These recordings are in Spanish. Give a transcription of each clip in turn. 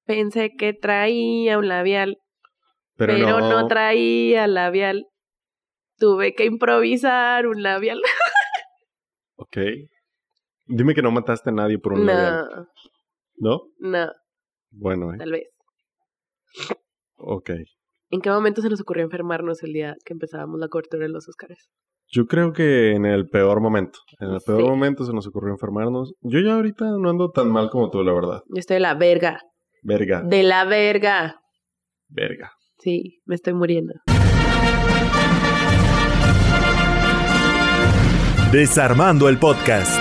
Pensé que traía un labial, pero no traía labial. Tuve que improvisar un labial. Ok. Dime que no mataste a nadie por un labial. ¿No? No. Bueno, Tal vez. Ok. ¿En qué momento se nos ocurrió enfermarnos el día que empezábamos la cobertura de los Óscares? Yo creo que en el peor momento. En el peor momento se nos ocurrió enfermarnos. Yo ya ahorita no ando tan mal como tú, la verdad. Yo estoy de la verga. Verga. De la verga. Verga. Sí, me estoy muriendo. Desarmando el podcast.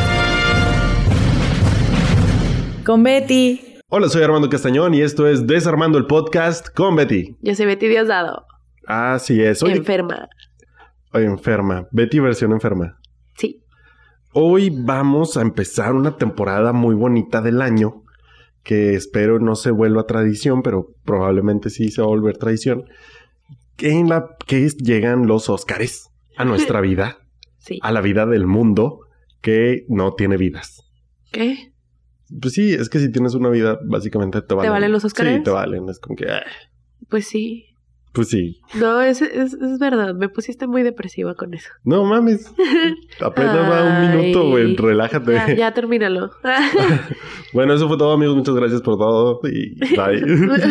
Con Betty. Hola, soy Armando Castañón y esto es Desarmando el podcast con Betty. Yo soy Betty Diosdado. Así es. Oye, enferma. Oye, enferma. Betty versión enferma. Sí. Hoy vamos a empezar una temporada muy bonita del año que espero no se vuelva tradición, pero probablemente sí se va a volver tradición. En la que llegan los Óscares a nuestra vida. Sí. A la vida del mundo que no tiene vidas. ¿Qué? Pues sí, es que si tienes una vida, básicamente te valen. ¿Te valen los Óscares? Sí, te valen. Es como que... Pues sí. Pues sí. No, es verdad. Me pusiste muy depresiva con eso. No mames. Apenas va un minuto, güey. Relájate. Ya termínalo. Bueno, eso fue todo, amigos. Muchas gracias por todo. Y bye.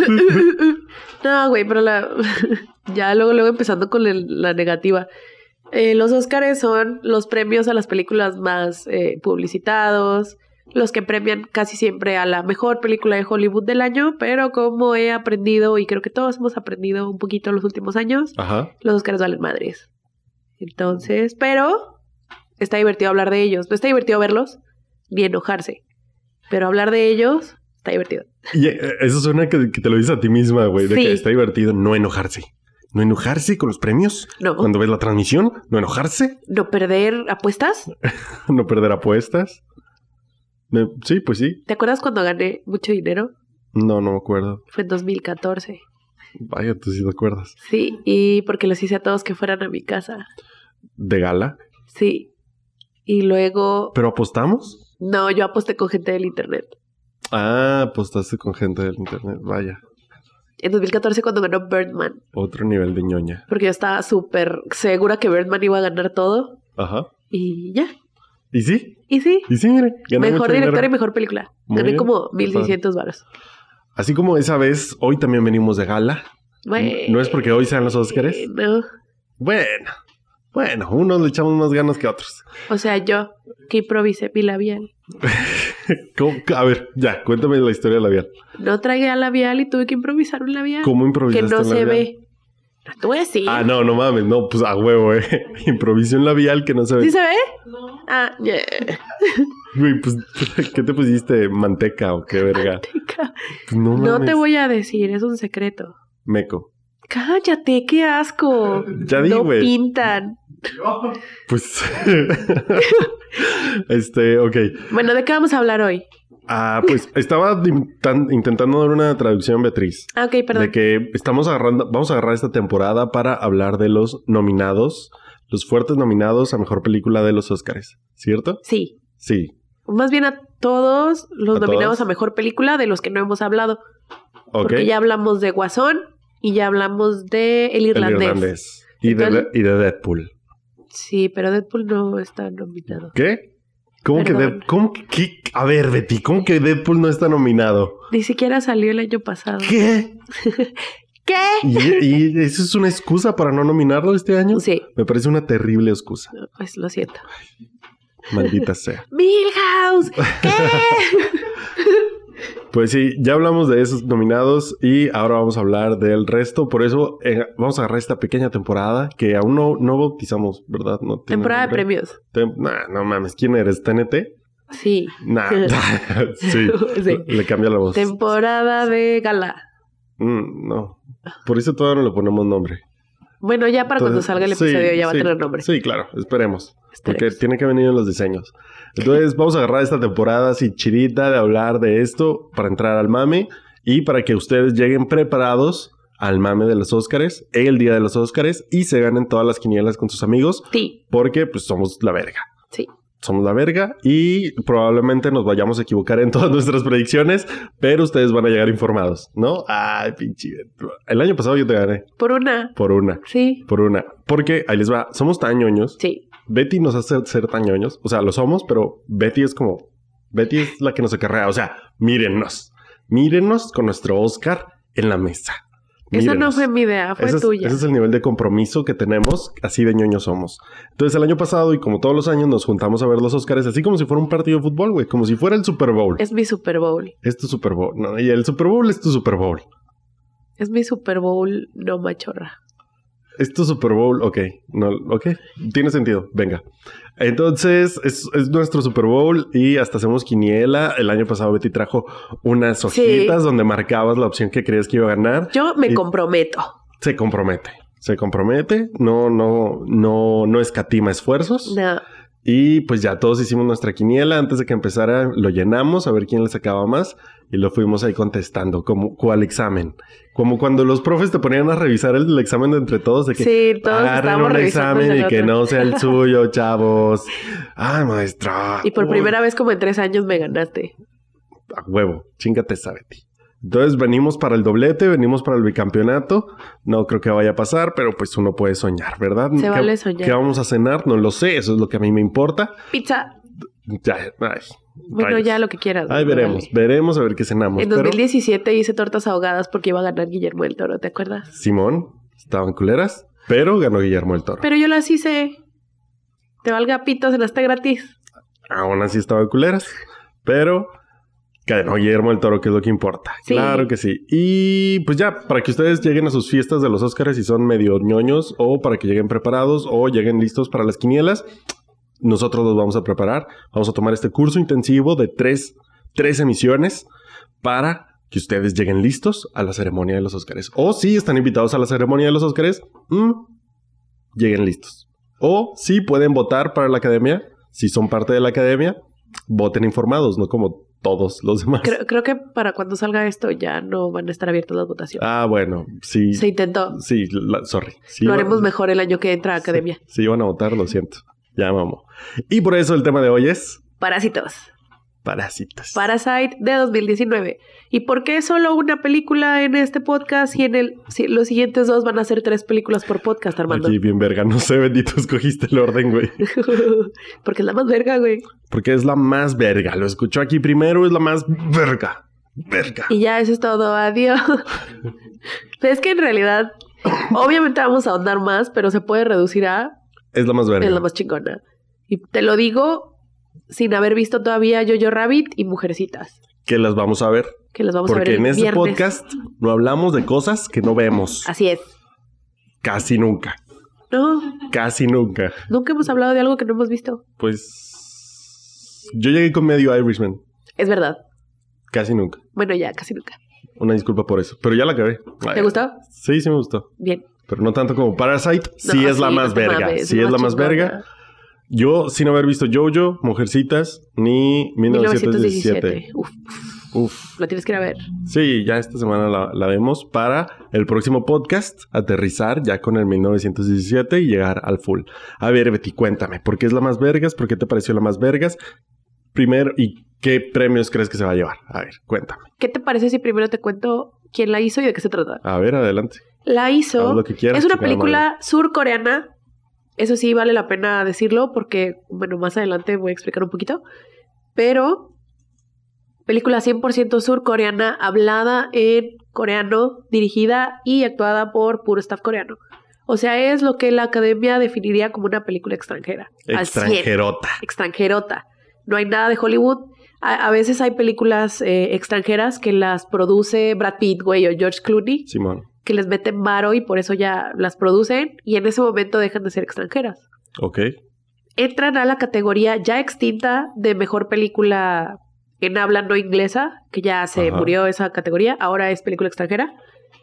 No, güey, pero ya luego empezando con la negativa. Los Óscares son los premios a las películas más publicitados, los que premian casi siempre a la mejor película de Hollywood del año, pero como he aprendido, y creo que todos hemos aprendido un poquito en los últimos años, los Óscares valen madres. Entonces, pero está divertido hablar de ellos. No está divertido verlos, ni enojarse, pero hablar de ellos está divertido. Y eso suena que te lo dices a ti misma, güey, de que está divertido no enojarse. ¿No enojarse con los premios? No. Cuando ves la transmisión, ¿no enojarse? ¿No perder apuestas? ¿No perder apuestas? Sí, pues sí. ¿Te acuerdas cuando gané mucho dinero? No me acuerdo. Fue en 2014. Vaya, tú sí te acuerdas. Sí, y porque les hice a todos que fueran a mi casa. ¿De gala? Sí. Y luego... ¿Pero apostamos? No, yo aposté con gente del internet. Ah, apostaste con gente del internet, vaya. En 2014 cuando ganó Birdman. Otro nivel de ñoña. Porque yo estaba súper segura que Birdman iba a ganar todo. Ajá. Y ya. ¿Y sí? Y sí. Y sí, mire. Mejor director y mejor película. Gané como 1,600 varos. Así como esa vez, hoy también venimos de gala. Bueno. ¿No es porque hoy sean los Óscares? No. Bueno, unos le echamos más ganas que otros. O sea, yo que improvisé mi labial. A ver, ya, cuéntame la historia del labial. No traía labial y tuve que improvisar un labial. ¿Cómo improvisaste que no un labial? Se ve. No te voy a decir. Ah, no mames. No, pues a huevo, Improvisé un labial que no se ve. ¿Sí se ve? No. Ah, yeah. Güey, pues, ¿qué te pusiste? ¿Manteca o qué verga? Manteca. Pues no mames. No te voy a decir, es un secreto. Meco. Cállate, qué asco. Ya di, güey. No pintan. Pues... ok. Bueno, ¿de qué vamos a hablar hoy? Pues estaba intentando dar una traducción, Beatriz. Ah, ok, perdón. De que vamos a agarrar esta temporada para hablar de los nominados, los fuertes nominados a mejor película de los Óscares, ¿cierto? Sí. Sí. Más bien a todos los nominados todos? a mejor película de los que no hemos hablado. Ok. Porque ya hablamos de Guasón y ya hablamos de El Irlandés. Y de Deadpool. Sí, pero Deadpool no está nominado. ¿Qué? ¿Cómo que A ver, Betty, ¿cómo que Deadpool no está nominado? Ni siquiera salió el año pasado. ¿Qué? ¿Qué? ¿Y eso es una excusa para no nominarlo este año? Sí. Me parece una terrible excusa. Pues lo siento. Maldita sea. ¡Milhouse! ¿Qué? Pues sí, ya hablamos de esos nominados y ahora vamos a hablar del resto. Por eso vamos a agarrar esta pequeña temporada que aún no bautizamos, ¿verdad? No temporada de premios. No mames, ¿quién eres? ¿TNT? Sí. Sí. Le cambia la voz. Temporada de gala. No. Por eso todavía no le ponemos nombre. Bueno, ya para cuando salga el episodio ya va a tener nombre. Sí, claro. Esperemos. Porque tiene que venir en los diseños. Entonces vamos a agarrar esta temporada así chidita de hablar de esto para entrar al mame y para que ustedes lleguen preparados al mame de los Óscares el día de los Óscares y se ganen todas las quinielas con sus amigos. Sí. Porque pues somos la verga. Sí. somos la verga y probablemente nos vayamos a equivocar en todas nuestras predicciones, pero ustedes van a llegar informados, ¿no? Ay, pinche. El año pasado yo te gané. Por una. Sí. Por una. Porque, ahí les va, somos tan ñoños. Sí. Betty nos hace ser tan ñoños. O sea, lo somos, pero Betty es la que nos acarrea. O sea, mírennos con nuestro Oscar en la mesa. Esa no fue mi idea, fue tuya. Ese es el nivel de compromiso que tenemos, así de ñoños somos. Entonces, el año pasado, y como todos los años, nos juntamos a ver los Oscars, así como si fuera un partido de fútbol, güey. Como si fuera el Super Bowl. Es mi Super Bowl. Es tu Super Bowl. No, y el Super Bowl es tu Super Bowl. Es mi Super Bowl, no machorra. Es tu Super Bowl, ok. No, ok. Tiene sentido. Venga. Entonces, es nuestro Super Bowl y hasta hacemos quiniela. El año pasado Betty trajo unas hojitas donde marcabas la opción que creías que iba a ganar. Yo me comprometo. Se compromete. No escatima esfuerzos. No. Y pues ya todos hicimos nuestra quiniela. Antes de que empezara, lo llenamos a ver quién le sacaba más. Y lo fuimos ahí contestando, como cual examen. Como cuando los profes te ponían a revisar el examen de entre todos. De que sí, todos estábamos un examen y que no sea el suyo, chavos. Ay, maestra. Y por primera vez como en 3 años me ganaste. A huevo, chíngate esa, Betty. Entonces venimos para el doblete, venimos para el bicampeonato. No creo que vaya a pasar, pero pues uno puede soñar, ¿verdad? Se vale soñar. ¿Qué vamos a cenar? No lo sé, eso es lo que a mí me importa. Pizza. Ya, ay. Bueno, rayos. ya lo que quieras. Ahí veremos a ver qué cenamos. En 2017 hice tortas ahogadas porque iba a ganar Guillermo del Toro, ¿te acuerdas? Simón, estaban culeras, pero ganó Guillermo del Toro. Pero yo las hice. Te valga pito, cenaste gratis. Aún así estaban culeras, pero ganó Guillermo del Toro, que es lo que importa. Sí. Claro que sí. Y pues ya, para que ustedes lleguen a sus fiestas de los Óscares y son medio ñoños, o para que lleguen preparados, o lleguen listos para las quinielas, nosotros los vamos a preparar. Vamos a tomar este curso intensivo de 3 emisiones para que ustedes lleguen listos a la ceremonia de los Óscares. O si están invitados a la ceremonia de los Óscares, lleguen listos. O si pueden votar para la academia, si son parte de la academia, voten informados, no como todos los demás. Creo que para cuando salga esto ya no van a estar abiertas las votaciones. Ah, bueno, sí. Se intentó. Sí, sorry. Sí, lo haremos mejor el año que entra a academia. Sí, van a votar, lo siento. Ya, mamó. Y por eso el tema de hoy es... Parásitos. Parasite de 2019. ¿Y por qué solo una película en este podcast y los siguientes 2 van a ser 3 películas por podcast, Armando? Aquí bien verga. No sé, bendito, escogiste el orden, güey. Porque es la más verga, güey. Porque es la más verga. Lo escuchó aquí primero, es la más verga. Y ya, eso es todo. Adiós. Es que en realidad, obviamente vamos a ahondar más, pero se puede reducir a... Es la más verga. Es la más chingona. Y te lo digo sin haber visto todavía Jojo Rabbit y Mujercitas. Que las vamos a ver. Porque en este viernes. podcast no hablamos de cosas que no vemos. Así es. Casi nunca. No. Casi nunca. Nunca hemos hablado de algo que no hemos visto. Pues... yo llegué con medio Irishman. Es verdad. Casi nunca. Bueno, ya, casi nunca. Una disculpa por eso. Pero ya la acabé. ¿Te gustó? Sí, sí me gustó. Bien. Pero no tanto como Parasite. Sí, es la más verga. Sí es la más verga. Yo, sin haber visto Jojo, Mujercitas, ni 1917. Uf. La tienes que ir a ver. Sí, ya esta semana la vemos para el próximo podcast aterrizar ya con el 1917 y llegar al full. A ver, Betty, cuéntame, ¿por qué es la más vergas? ¿Por qué te pareció la más vergas? Primero, ¿y qué premios crees que se va a llevar? A ver, cuéntame. ¿Qué te parece si primero te cuento quién la hizo y de qué se trata? A ver, adelante. La hizo... Haz lo que quieras, es una película surcoreana. Eso sí, vale la pena decirlo porque, bueno, más adelante voy a explicar un poquito. Pero... película 100% surcoreana, hablada en coreano, dirigida y actuada por puro staff coreano. O sea, es lo que la academia definiría como una película extranjera. Extranjerota. Extranjerota. No hay nada de Hollywood. A veces hay películas extranjeras que las produce Brad Pitt, güey, o George Clooney. Simón. Que les meten varo y por eso ya las producen. Y en ese momento dejan de ser extranjeras. Ok. Entran a la categoría ya extinta de mejor película en habla no inglesa, que ya se murió esa categoría, ahora es película extranjera,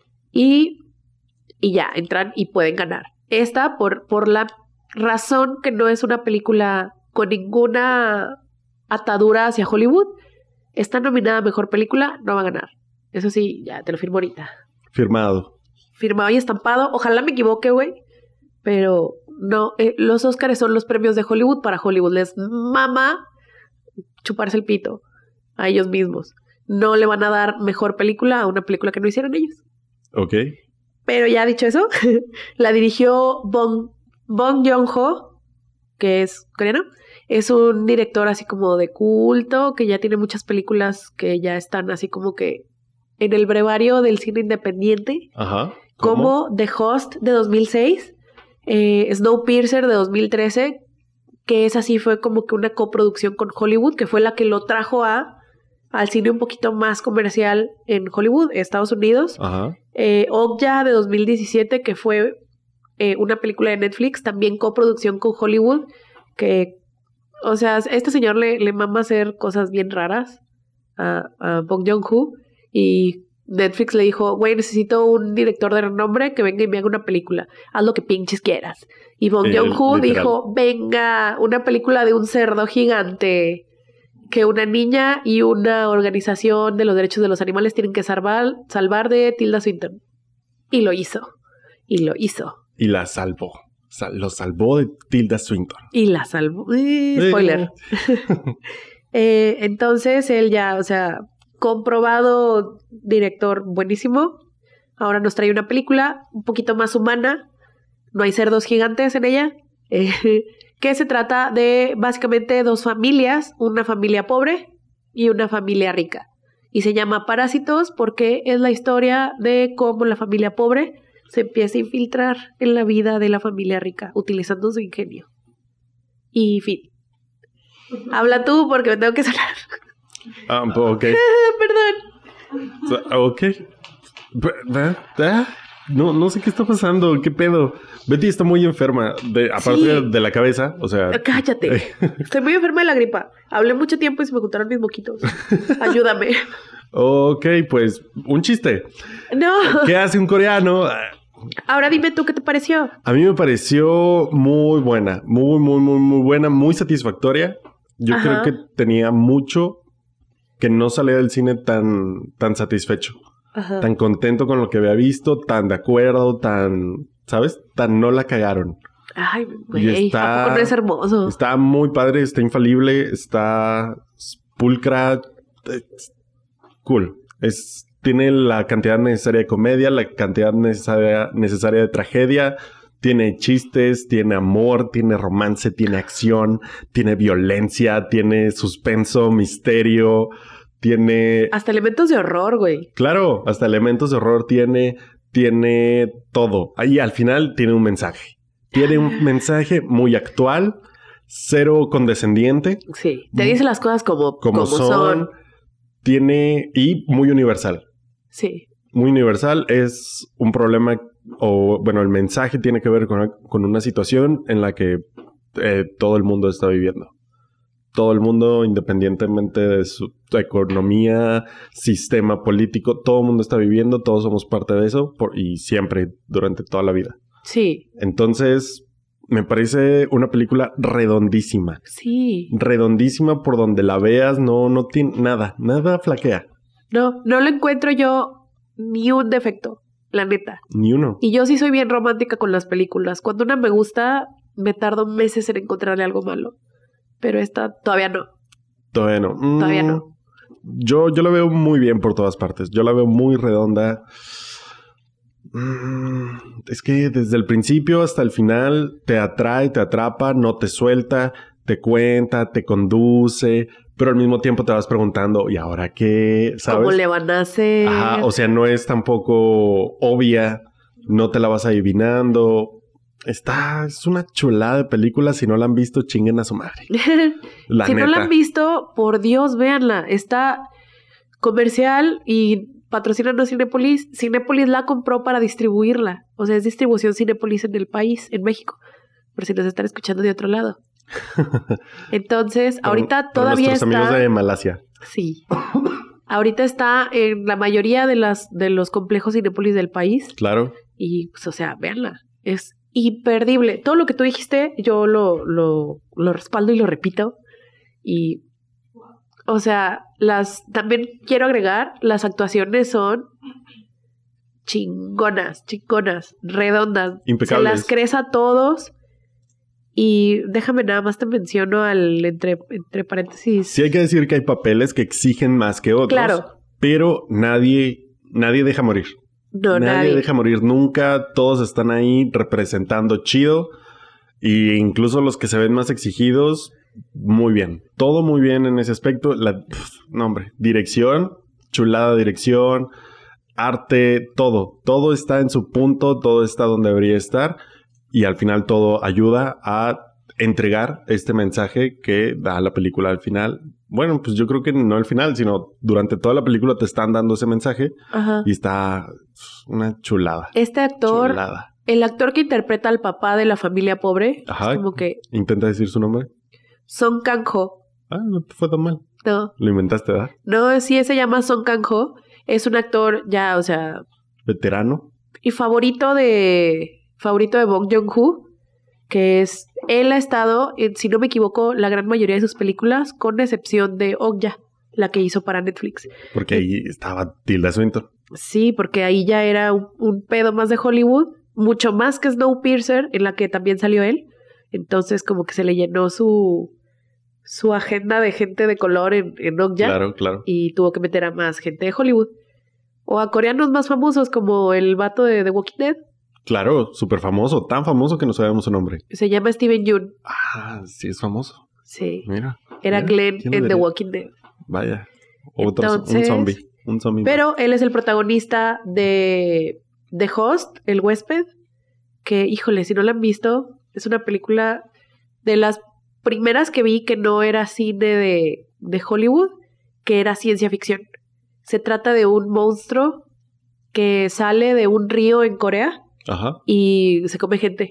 y ya, entran y pueden ganar. Esta, por la razón que no es una película con ninguna atadura hacia Hollywood, está nominada a Mejor Película, no va a ganar. Eso sí, ya te lo firmo ahorita. Firmado y estampado. Ojalá me equivoque, güey, pero No, los Óscares son los premios de Hollywood para Hollywood. Les mama chuparse el pito a ellos mismos. No le van a dar mejor película a una película que no hicieron ellos. Ok. Pero ya dicho eso, la dirigió Bong Joon-ho, que es coreano. Es un director así como de culto, que ya tiene muchas películas que ya están así como que en el brevario del cine independiente. Ajá. Como The Host de 2006, Snowpiercer de 2013, que esa sí fue como que una coproducción con Hollywood, que fue la que lo trajo al cine un poquito más comercial en Hollywood, Estados Unidos. Ajá. Okja de 2017, que fue una película de Netflix, también coproducción con Hollywood, que, o sea, este señor le mama hacer cosas bien raras a Bong Joon-ho, y Netflix le dijo, güey, necesito un director de renombre que venga y me haga una película. Haz lo que pinches quieras. Y Bong Joon-ho dijo, venga, una película de un cerdo gigante que una niña y una organización de los derechos de los animales tienen que salvar de Tilda Swinton. Y lo hizo. Y lo hizo. Y la salvó. Lo salvó de Tilda Swinton. Y la salvó. Spoiler. Entonces él ya, o sea, comprobado director buenísimo. Ahora nos trae una película un poquito más humana. No hay cerdos gigantes en ella. Que se trata de básicamente dos familias, una familia pobre y una familia rica. Y se llama Parásitos porque es la historia de cómo la familia pobre se empieza a infiltrar en la vida de la familia rica, utilizando su ingenio. Y fin. Habla tú porque me tengo que sonar. Ok. Perdón. Ok. No sé qué está pasando. ¿Qué pedo? Betty está muy enferma. Aparte de la cabeza. O sea... Cállate. Estoy muy enferma de la gripa. Hablé mucho tiempo y se me juntaron mis moquitos. Ayúdame. Ok, pues un chiste. No. ¿Qué hace un coreano? Ahora dime tú qué te pareció. A mí me pareció muy buena. Muy buena. Muy satisfactoria. Yo creo que tenía mucho que no salía del cine tan satisfecho. Ajá. Tan contento con lo que había visto, tan de acuerdo, ¿sabes? Tan no la cagaron. Ay, güey, ¿a poco no es hermoso? Está muy padre, está infalible, está pulcra, cool. Tiene la cantidad necesaria de comedia, la cantidad necesaria de tragedia, tiene chistes, tiene amor, tiene romance, tiene acción, tiene violencia, tiene suspenso, misterio... Tiene... Hasta elementos de horror, güey. Claro, hasta elementos de horror tiene todo. Ahí al final tiene un mensaje. Tiene un mensaje muy actual, cero condescendiente. Sí, te dice las cosas como son. Tiene... Y muy universal. Sí. Muy universal. Es un problema... el mensaje tiene que ver con una situación en la que todo el mundo está viviendo. Todo el mundo, independientemente de su economía, sistema político, todo el mundo está viviendo, todos somos parte de eso y siempre, durante toda la vida. Sí. Entonces, me parece una película redondísima. Sí. Redondísima por donde la veas, no tiene nada flaquea. No le encuentro yo ni un defecto, la neta. Ni uno. Y yo sí soy bien romántica con las películas. Cuando una me gusta, me tardo meses en encontrarle algo malo. Pero esta todavía no. Todavía no. Todavía no. Yo la veo muy bien por todas partes. Yo la veo muy redonda. Es que desde el principio hasta el final te atrae, te atrapa, no te suelta, te cuenta, te conduce, pero al mismo tiempo te vas preguntando, ¿y ahora qué? ¿Sabes? ¿Cómo le van a hacer? Ajá, o sea, no es tampoco obvia, no te la vas adivinando. Es una chulada de película. Si no la han visto, chinguen a su madre. Si no la han visto, por Dios, véanla. Está comercial y patrocínanos Cinépolis. Cinépolis la compró para distribuirla. O sea, es distribución Cinépolis en el país, en México. Por si nos están escuchando de otro lado. Entonces, ahorita todavía está... Nuestros amigos de Malasia. Sí. Ahorita está en la mayoría de los complejos Cinépolis del país. Claro. Y, pues, o sea, véanla. Es imperdible. Todo lo que tú dijiste, yo lo respaldo y lo repito. Y, o sea, también quiero agregar, las actuaciones son chingonas, redondas. Impecables. Se las crees a todos. Y déjame nada más te menciono entre paréntesis. Sí hay que decir que hay papeles que exigen más que otros. Claro. Pero nadie deja morir. No, Nadie deja morir nunca. Todos están ahí representando chido. Y incluso los que se ven más exigidos, muy bien. Todo muy bien en ese aspecto. No, hombre. Dirección, chulada dirección, arte, todo. Todo está en su punto, todo está donde debería estar. Y al final todo ayuda a entregar este mensaje que da la película al final. Bueno, pues yo creo que no al final, sino durante toda la película te están dando ese mensaje. Ajá. Y está una chulada. Este actor, chulada. El actor que interpreta al papá de la familia pobre, Ajá. es como que... Intenta decir su nombre. Song Kang-ho. Ah, no te fue tan mal. No. Lo inventaste, ¿verdad? No, sí, se llama Song Kang-ho. Es un actor ya, o sea... Veterano. Y favorito de Bong Joon-ho, que es... Él ha estado, si no me equivoco, la gran mayoría de sus películas, con excepción de Okja, la que hizo para Netflix. Porque ahí estaba Tilda Swinton. Sí, porque ahí ya era un pedo más de Hollywood, mucho más que Snowpiercer, en la que también salió él. Entonces como que se le llenó su agenda de gente de color en Okja. Claro, claro. Y tuvo que meter a más gente de Hollywood. O a coreanos más famosos como el vato de The Walking Dead. Claro, súper famoso. Tan famoso que no sabemos su nombre. Se llama Steven Yeun. Ah, sí es famoso. Sí. Mira. Era Glenn ¿quién en lo The diría? Walking Dead. Vaya. Entonces, Un zombie. Pero él es el protagonista de The Host, El Huésped, que, híjole, si no la han visto, es una película de las primeras que vi que no era cine de Hollywood, que era ciencia ficción. Se trata de un monstruo que sale de un río en Corea. Ajá. Y se come gente.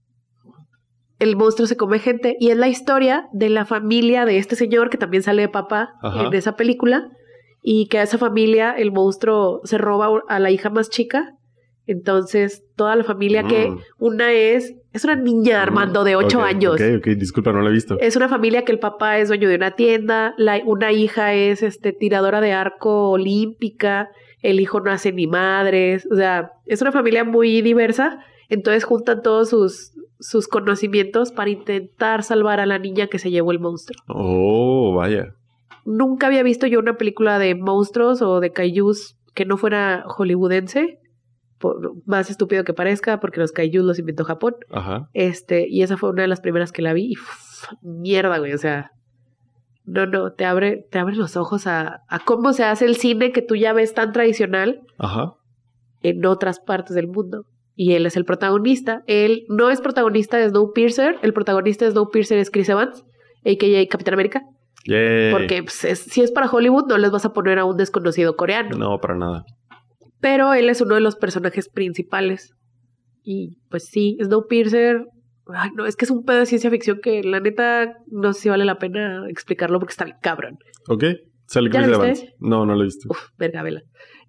El monstruo se come gente. Y es la historia de la familia de este señor que también sale de papá. Ajá. En esa película. Y que a esa familia el monstruo se roba a la hija más chica. Entonces toda la familia que una es una niña, Armando, de 8 años. Ok, disculpa, no la he visto. Es una familia que el papá es dueño de una tienda. Una hija es tiradora de arco olímpica. El hijo no hace ni madres, o sea, es una familia muy diversa, entonces juntan todos sus conocimientos para intentar salvar a la niña que se llevó el monstruo. Oh, vaya. Nunca había visto yo una película de monstruos o de kaijus que no fuera hollywoodense, por más estúpido que parezca, porque los kaijus los inventó Japón. Ajá. Y esa fue una de las primeras que la vi y mierda, güey, o sea... No, te abre los ojos a cómo se hace el cine que tú ya ves tan tradicional. Ajá. En otras partes del mundo. Y él es el protagonista. Él no es protagonista de Snowpiercer. El protagonista de Snowpiercer es Chris Evans, a.k.a. Capitán América. Yay. Porque pues, si es para Hollywood, no les vas a poner a un desconocido coreano. No, para nada. Pero él es uno de los personajes principales. Y pues sí, Snowpiercer... Ay, no, es que es un pedo de ciencia ficción que la neta no sé si vale la pena explicarlo porque está bien cabrón. Ok. Sale Chris Evans. No lo he visto. Uf, verga, vela.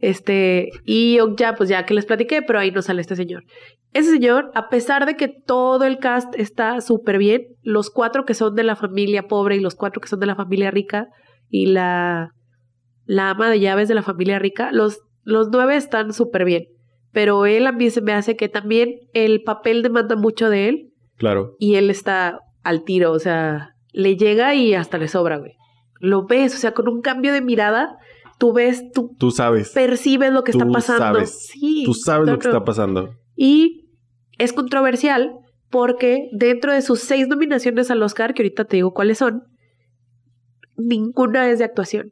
Y ya, pues ya que les platiqué, pero ahí no sale este señor. Ese señor, a pesar de que todo el cast está súper bien, los 4 que son de la familia pobre y los 4 que son de la familia rica y la ama de llaves de la familia rica, los 9 están súper bien. Pero él a mí se me hace que también el papel demanda mucho de él. Claro. Y él está al tiro, o sea, le llega y hasta le sobra, güey. Lo ves, o sea, con un cambio de mirada, tú ves, tú sabes. Percibes lo que está pasando. Sabes. Sí. Tú sabes lo que está pasando. Y es controversial porque dentro de sus 6 nominaciones al Oscar, que ahorita te digo cuáles son, ninguna es de actuación.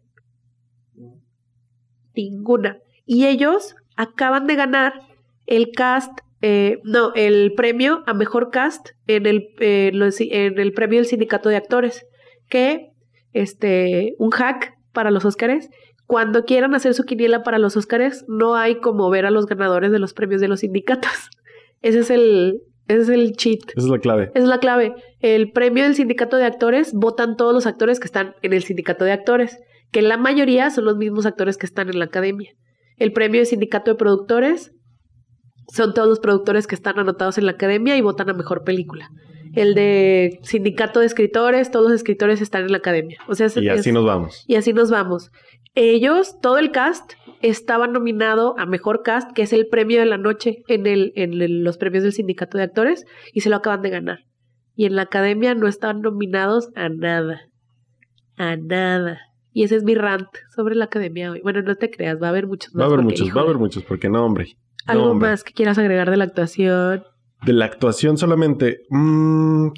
Ninguna. Y ellos acaban de ganar el el premio a mejor cast en el premio del Sindicato de Actores, que un hack para los Óscares. Cuando quieran hacer su quiniela para los Óscares, no hay como ver a los ganadores de los premios de los sindicatos. Ese es el cheat. Esa es la clave. Esa es la clave. El premio del Sindicato de Actores votan todos los actores que están en el Sindicato de Actores, que la mayoría son los mismos actores que están en la academia. El premio del Sindicato de Productores son todos los productores que están anotados en la academia y votan a mejor película. El de Sindicato de Escritores, todos los escritores están en la academia. O sea, y así nos vamos. Y así nos vamos. Ellos, todo el cast, estaba nominado a mejor cast, que es el premio de la noche en los premios del Sindicato de Actores, y se lo acaban de ganar. y en la academia no estaban nominados a nada. A nada. Y ese es mi rant sobre la academia hoy. Bueno, no te creas, va a haber muchos más. Va a haber muchos, porque no, hombre. ¿Algo más que quieras agregar de la actuación? De la actuación solamente... no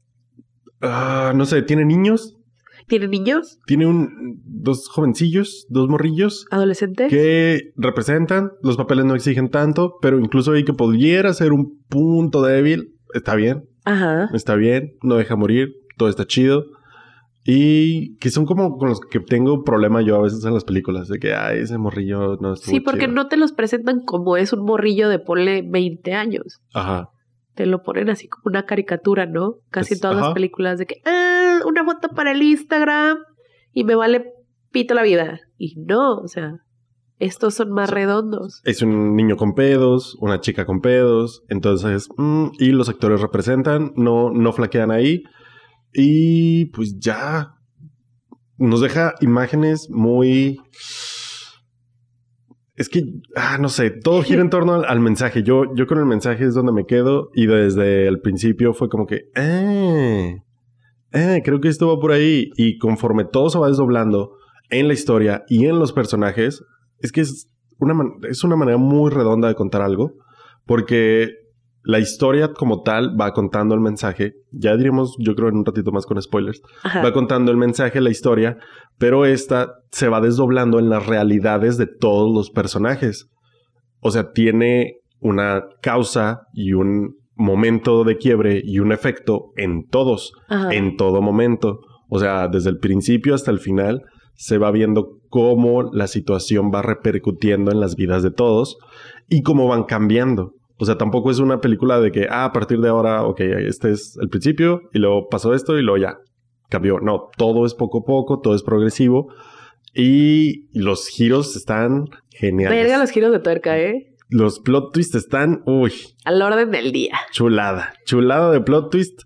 sé, ¿tiene niños? ¿Tiene niños? Tiene dos jovencillos, dos morrillos. ¿Adolescentes? Que representan, los papeles no exigen tanto, pero incluso ahí que pudiera ser un punto débil, está bien. Ajá. Está bien, no deja morir, todo está chido. Y que son como con los que tengo problema yo a veces en las películas, de que, ay, ese morrillo no estuvo Sí, porque chido. No te los presentan como es un morrillo de ponle 20 años. Ajá. Te lo ponen así como una caricatura, ¿no? Casi en todas ajá. las películas de que, una foto para el Instagram y me vale pito la vida. Y no, o sea, estos son más redondos. Es un niño con pedos, una chica con pedos, entonces, y los actores representan, no flaquean ahí. Y pues ya nos deja imágenes muy... Es que, no sé, todo gira en torno al mensaje. Yo con el mensaje es donde me quedo y desde el principio fue como que, creo que esto va por ahí. Y conforme todo se va desdoblando en la historia y en los personajes, es que es una manera muy redonda de contar algo, porque la historia como tal va contando el mensaje. Ya diremos, yo creo en un ratito más con spoilers. Ajá. Va contando el mensaje, la historia, pero esta se va desdoblando en las realidades de todos los personajes. O sea, tiene una causa y un momento de quiebre y un efecto en todos, Ajá. en todo momento. O sea, desde el principio hasta el final se va viendo cómo la situación va repercutiendo en las vidas de todos y cómo van cambiando. O sea, tampoco es una película de que, a partir de ahora, ok, este es el principio y luego pasó esto y luego ya cambió. No, todo es poco a poco, todo es progresivo y los giros están geniales. Verga los giros de tuerca, ¿eh? Los plot twists están, al orden del día. Chulada de plot twist.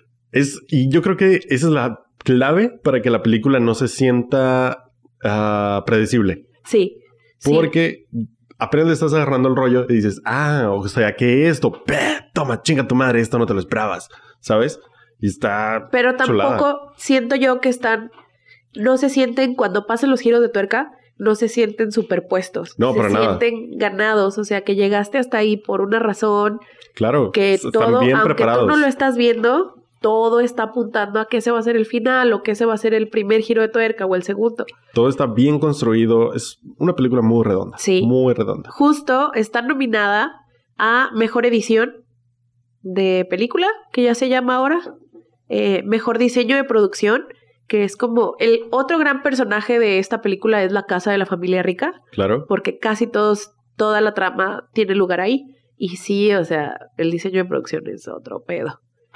Y yo creo que esa es la clave para que la película no se sienta predecible. Sí. Porque apenas estás agarrando el rollo y dices, o sea, que esto, toma, chinga tu madre, esto no te lo esperabas, ¿sabes? Y está Pero tampoco chulada. Siento yo que no se sienten, cuando pasan los giros de tuerca, no se sienten superpuestos. No, para nada. Se sienten ganados, o sea, que llegaste hasta ahí por una razón. Claro, Que están todo, bien aunque preparados. tú no lo estás viendo, todo está apuntando a que ese va a ser el final o que ese va a ser el primer giro de tuerca o el segundo. Todo está bien construido. Es una película muy redonda. Sí. Muy redonda. Justo está nominada a Mejor Edición de Película, que ya se llama ahora. Mejor Diseño de Producción, que es como el otro gran personaje de esta película es la casa de la familia rica. Claro. Porque casi toda la trama tiene lugar ahí. Y sí, o sea, el diseño de producción es otro pedo.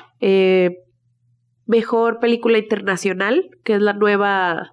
Mejor película internacional, que es la nueva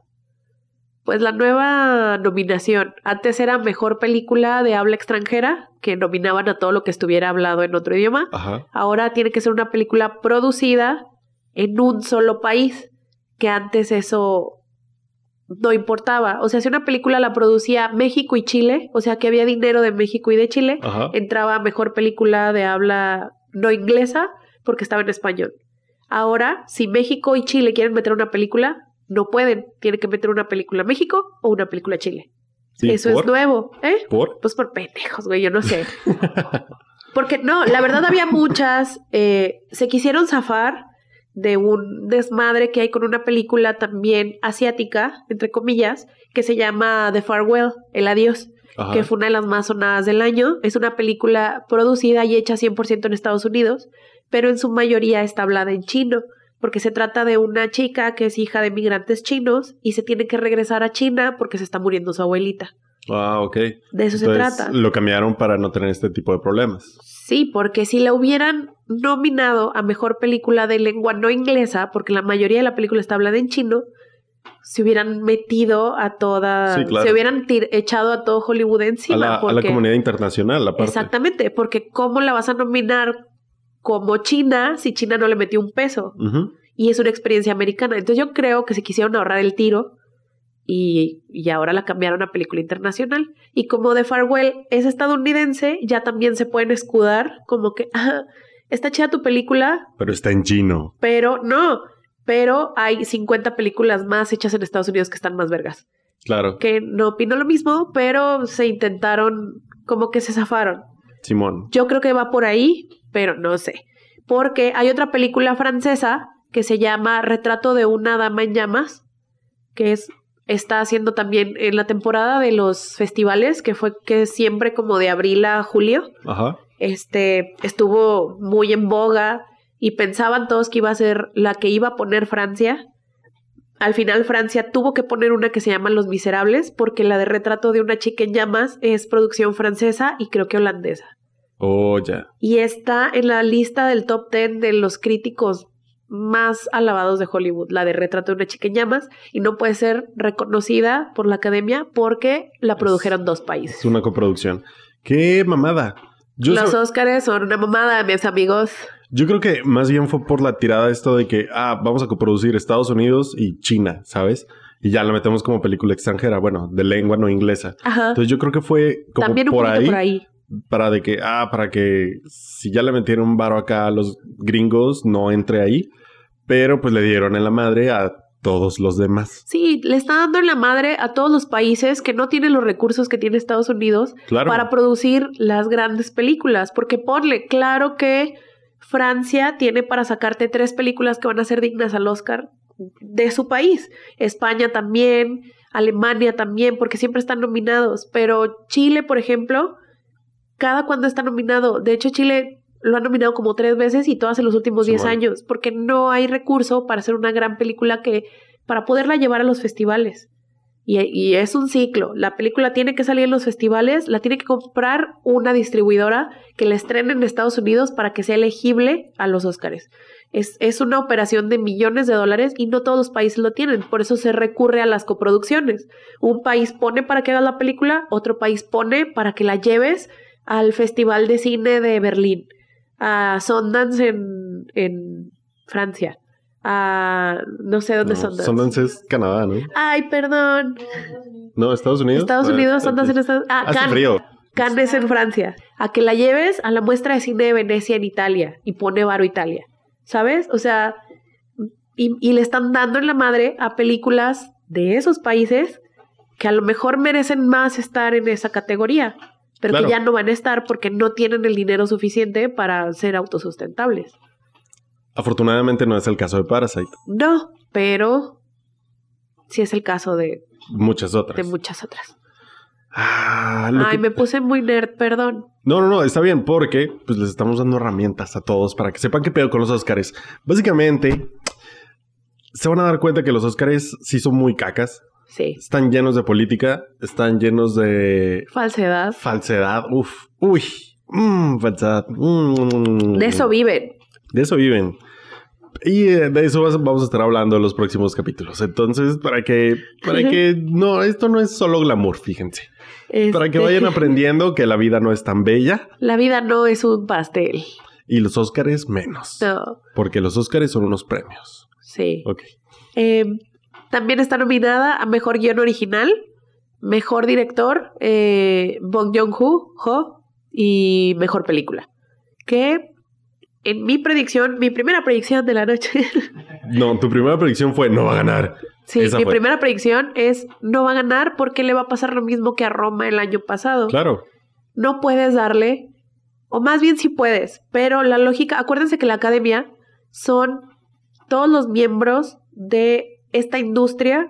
nominación. Antes era mejor película de habla extranjera, que nominaban a todo lo que estuviera hablado en otro idioma. Ajá. Ahora tiene que ser una película producida en un solo país, que antes eso no importaba. O sea, si una película la producía México y Chile, o sea, que había dinero de México y de Chile, Ajá. entraba mejor película de habla no inglesa porque estaba en español. Ahora, si México y Chile quieren meter una película, no pueden. Tienen que meter una película México o una película Chile. Sí, Eso es nuevo, ¿eh? ¿Por? Pues por pendejos, güey, yo no sé. Porque no, la verdad había muchas. Se quisieron zafar de un desmadre que hay con una película también asiática, entre comillas, que se llama The Farewell, El Adiós. Ajá. Que fue una de las más sonadas del año. Es una película producida y hecha 100% en Estados Unidos, pero en su mayoría está hablada en chino, porque se trata de una chica que es hija de migrantes chinos y se tiene que regresar a China porque se está muriendo su abuelita. Ok. De eso se trata. Lo cambiaron para no tener este tipo de problemas. Sí, porque si la hubieran nominado a mejor película de lengua no inglesa, porque la mayoría de la película está hablada en chino, se hubieran metido a toda... Sí, claro. Se hubieran echado a todo Hollywood encima. A la comunidad internacional, aparte. Exactamente, porque ¿cómo la vas a nominar como China si China no le metió un peso? Uh-huh. Y es una experiencia americana. Entonces yo creo que se quisieron ahorrar el tiro y ahora la cambiaron a película internacional. Y como The Farewell es estadounidense, ya también se pueden escudar como que está chida tu película, Pero está en chino. pero hay 50 películas más hechas en Estados Unidos que están más vergas. Claro. Que no opino lo mismo, pero se intentaron, como que se zafaron. Simón. Yo creo que va por ahí, pero no sé. Porque hay otra película francesa que se llama Retrato de una dama en llamas, que está haciendo también en la temporada de los festivales, que siempre como de abril a julio, Ajá. estuvo muy en boga y pensaban todos que iba a ser la que iba a poner Francia. Al final Francia tuvo que poner una que se llama Los Miserables, porque la de Retrato de una chica en llamas es producción francesa y creo que holandesa. Oh, ya. Y está en la lista del top 10 de los críticos más alabados de Hollywood, la de Retrato de una chica en llamas, y no puede ser reconocida por la academia porque la produjeron dos países. Es una coproducción. ¡Qué mamada! Los Óscares son una mamada, mis amigos. Yo creo que más bien fue por la tirada esto de que, vamos a coproducir Estados Unidos y China, ¿sabes? Y ya la metemos como película extranjera, bueno, de lengua no inglesa. Ajá. Entonces yo creo que fue como también un por poquito por ahí. Para que si ya le metieron un varo acá a los gringos, no entre ahí. Pero pues le dieron en la madre a todos los demás. Sí, le está dando en la madre a todos los países que no tienen los recursos que tiene Estados Unidos para producir las grandes películas. Porque ponle, claro que Francia tiene para sacarte 3 películas que van a ser dignas al Oscar de su país. España también, Alemania también, porque siempre están nominados. Pero Chile, por ejemplo, cada cuando está nominado. De hecho, Chile lo han nominado como 3 veces y todas en los últimos 10 años, porque no hay recurso para hacer una gran película para poderla llevar a los festivales. Y es un ciclo. La película tiene que salir en los festivales, la tiene que comprar una distribuidora que la estrene en Estados Unidos para que sea elegible a los Óscares. Es una operación de millones de dólares y no todos los países lo tienen. Por eso se recurre a las coproducciones. Un país pone para que hagas la película, otro país pone para que la lleves al Festival de Cine de Berlín, a Sundance en Francia, a no sé dónde Sundance. Sundance es Canadá, ¿no? Ay, perdón. No, Estados Unidos. Estados Unidos, Sundance en Estados Unidos. Hace frío. Cannes es en Francia. A que la lleves a la muestra de cine de Venecia en Italia y pone varo Italia. ¿Sabes? O sea, y le están dando en la madre a películas de esos países que a lo mejor merecen más estar en esa categoría, pero claro, que ya no van a estar porque no tienen el dinero suficiente para ser autosustentables. Afortunadamente no es el caso de Parasite. No, pero sí es el caso de muchas otras. Me puse muy nerd, perdón. No, está bien, porque pues les estamos dando herramientas a todos para que sepan qué pedo con los Óscares. Básicamente, se van a dar cuenta que los Óscares sí son muy cacas. Sí. Están llenos de política, están llenos de... Falsedad. Falsedad, falsedad. De eso viven. De eso viven. Y de eso vamos a estar hablando en los próximos capítulos. Entonces, para que no, esto no es solo glamour, fíjense. Para que vayan aprendiendo que la vida no es tan bella. La vida no es un pastel. Y los Óscares menos. No. Porque los Óscares son unos premios. Sí. Ok. También está nominada a Mejor Guión Original, Mejor Director, Bong Joon-ho y Mejor Película. Que en mi primera predicción de la noche... No, tu primera predicción fue no va a ganar. Sí, mi primera predicción es no va a ganar porque le va a pasar lo mismo que a Roma el año pasado. Claro. No puedes darle, o más bien sí puedes, pero la lógica... Acuérdense que la academia son todos los miembros de esta industria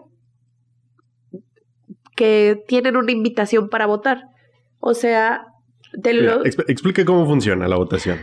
que tienen una invitación para votar. O sea... Explica cómo funciona la votación.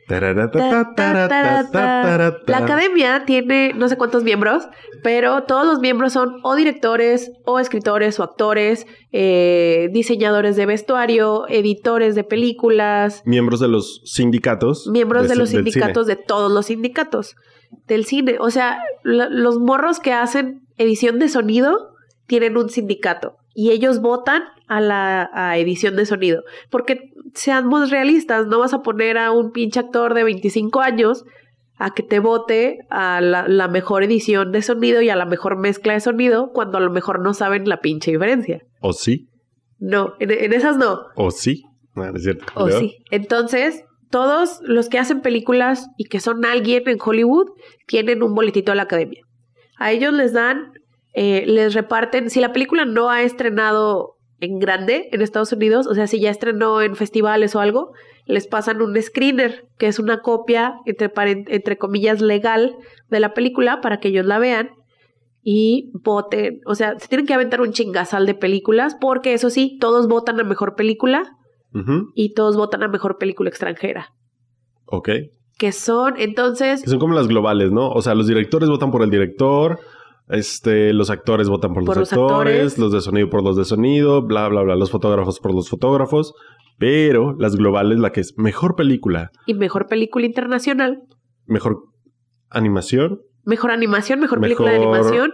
La academia tiene no sé cuántos miembros, pero todos los miembros son o directores, o escritores, o actores, diseñadores de vestuario, editores de películas. Miembros de los sindicatos. Miembros de los sindicatos, de todos los sindicatos del cine. O sea, los morros que hacen edición de sonido tienen un sindicato y ellos votan a edición de sonido. Porque seamos realistas, no vas a poner a un pinche actor de 25 años a que te vote a la mejor edición de sonido y a la mejor mezcla de sonido cuando a lo mejor no saben la pinche diferencia. ¿O sí? No, en esas no. ¿O sí? No es cierto. ¿O sí? Entonces, todos los que hacen películas y que son alguien en Hollywood tienen un boletito a la academia. A ellos les dan, les reparten, si la película no ha estrenado en grande en Estados Unidos, o sea, si ya estrenó en festivales o algo, les pasan un screener, que es una copia, entre comillas, legal de la película para que ellos la vean y voten. O sea, se tienen que aventar un chingazal de películas porque, eso sí, todos votan a mejor película y todos votan a mejor película extranjera. Ok. Que son, entonces... Que son como las globales, ¿no? O sea, los directores votan por el director, los actores votan por los actores, los de sonido por los de sonido, bla, bla, bla, los fotógrafos por los fotógrafos, pero las globales, la que es mejor película. Y mejor película internacional. Mejor animación. Mejor animación, mejor película de animación.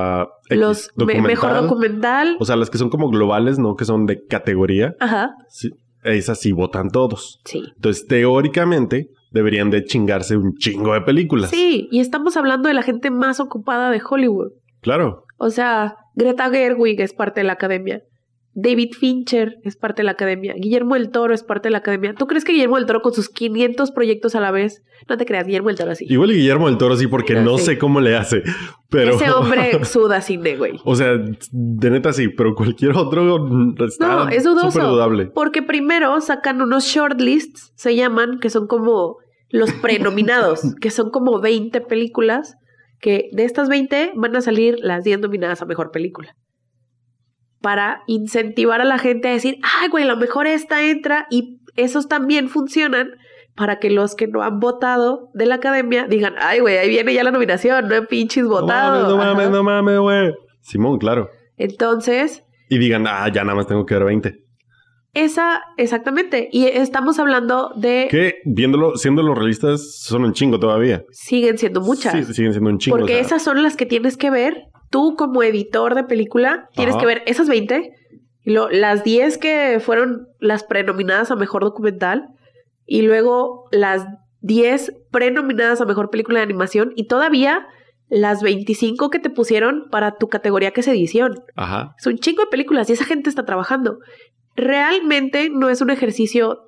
Mejor documental. O sea, las que son como globales, ¿no? Que son de categoría. Ajá. Sí, esas sí votan todos. Sí. Entonces, teóricamente, deberían de chingarse un chingo de películas. Sí, y estamos hablando de la gente más ocupada de Hollywood. Claro. O sea, Greta Gerwig es parte de la academia. David Fincher es parte de la academia. Guillermo del Toro es parte de la academia. ¿Tú crees que Guillermo del Toro con sus 500 proyectos a la vez? No te creas, Guillermo del Toro sí. Igual Guillermo del Toro sí, porque no sé cómo le hace. Pero... Ese hombre suda cine, güey. O sea, de neta sí, pero cualquier otro está es dudoso. Súper dudable. Porque primero sacan unos shortlists, se llaman, que son como los prenominados, que son como 20 películas, que de estas 20 van a salir las 10 nominadas a mejor película. Para incentivar a la gente a decir, ay, güey, a lo mejor esta entra, y esos también funcionan para que los que no han votado de la academia digan, ay, güey, ahí viene ya la nominación, no he pinches votado. No mames, güey. Simón, claro. Entonces... Y digan, ya nada más tengo que ver 20. Exactamente. Y estamos hablando de... Que, siendo los realistas, son un chingo todavía. Siguen siendo muchas. Sí, siguen siendo un chingo. Porque esas son las que tienes que ver. Tú, como editor de película, tienes que ver esas 20, las 10 que fueron las prenominadas a mejor documental, y luego las 10 prenominadas a mejor película de animación, y todavía las 25 que te pusieron para tu categoría que es edición. Ajá. Es un chingo de películas y esa gente está trabajando. Realmente no es un ejercicio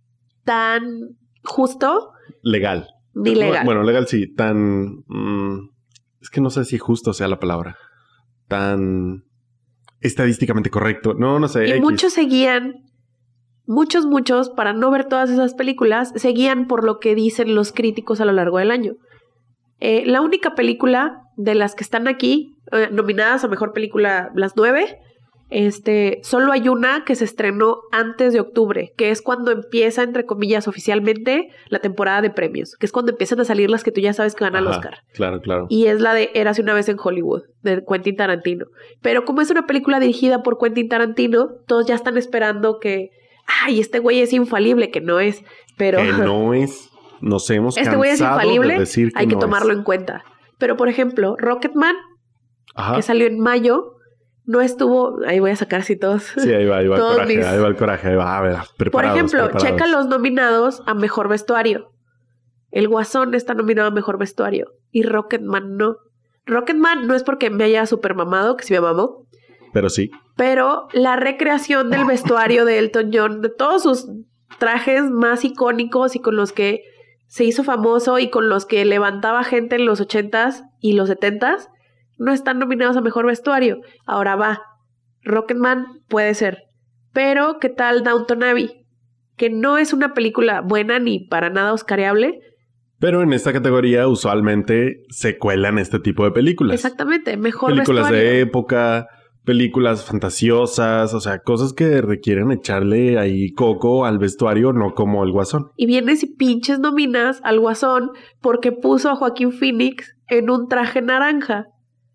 tan justo. Legal. Ni legal. Bueno, legal sí. Tan... es que no sé si justo sea la palabra. Tan estadísticamente correcto. No sé. Y muchos seguían, muchos, para no ver todas esas películas, seguían por lo que dicen los críticos a lo largo del año. La única película de las que están aquí, nominadas a mejor película, las 9, solo hay una que se estrenó antes de octubre, que es cuando empieza, entre comillas, oficialmente la temporada de premios, que es cuando empiezan a salir las que tú ya sabes que van al Oscar. Claro. Y es la de Érase una vez en Hollywood, de Quentin Tarantino. Pero como es una película dirigida por Quentin Tarantino, todos ya están esperando que, este güey es infalible, que no es, pero... Que no es... Nos hemos este güey es infalible, de decir que hay que no tomarlo es. En cuenta. Pero, por ejemplo, Rocketman, que salió en mayo, no estuvo... Ahí voy a sacar así todos. Sí, ahí va el coraje, ahí va el coraje. A ver, por ejemplo, checa los nominados a Mejor Vestuario. El Guasón está nominado a Mejor Vestuario y Rocketman no. Rocketman no es porque me haya super mamado, que sí me mamó. Pero sí. Pero la recreación del vestuario de Elton John, de todos sus trajes más icónicos y con los que se hizo famoso y con los que levantaba gente en los 80s y los 70s, no están nominados a Mejor Vestuario. Ahora va, Rocketman puede ser, pero ¿qué tal Downton Abbey? Que no es una película buena ni para nada oscareable. Pero en esta categoría usualmente se cuelan este tipo de películas. Exactamente, mejor películas vestuario. De época, películas fantasiosas, o sea, cosas que requieren echarle ahí coco al vestuario, no como el Guasón. Y vienes y pinches nominas al Guasón porque puso a Joaquín Phoenix en un traje naranja.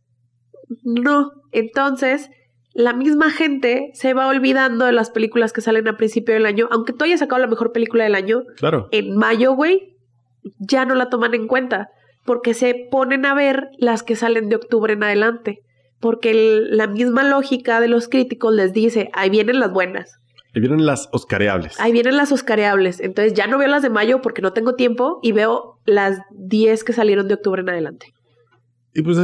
No, entonces la misma gente se va olvidando de las películas que salen a principio del año, aunque tú hayas sacado la mejor película del año. Claro. En mayo, güey, ya no la toman en cuenta porque se ponen a ver las que salen de octubre en adelante. Porque la misma lógica de los críticos les dice, ahí vienen las buenas. Ahí vienen las oscareables. Ahí vienen las oscareables. Entonces ya no veo las de mayo porque no tengo tiempo y veo las 10 que salieron de octubre en adelante. Y pues es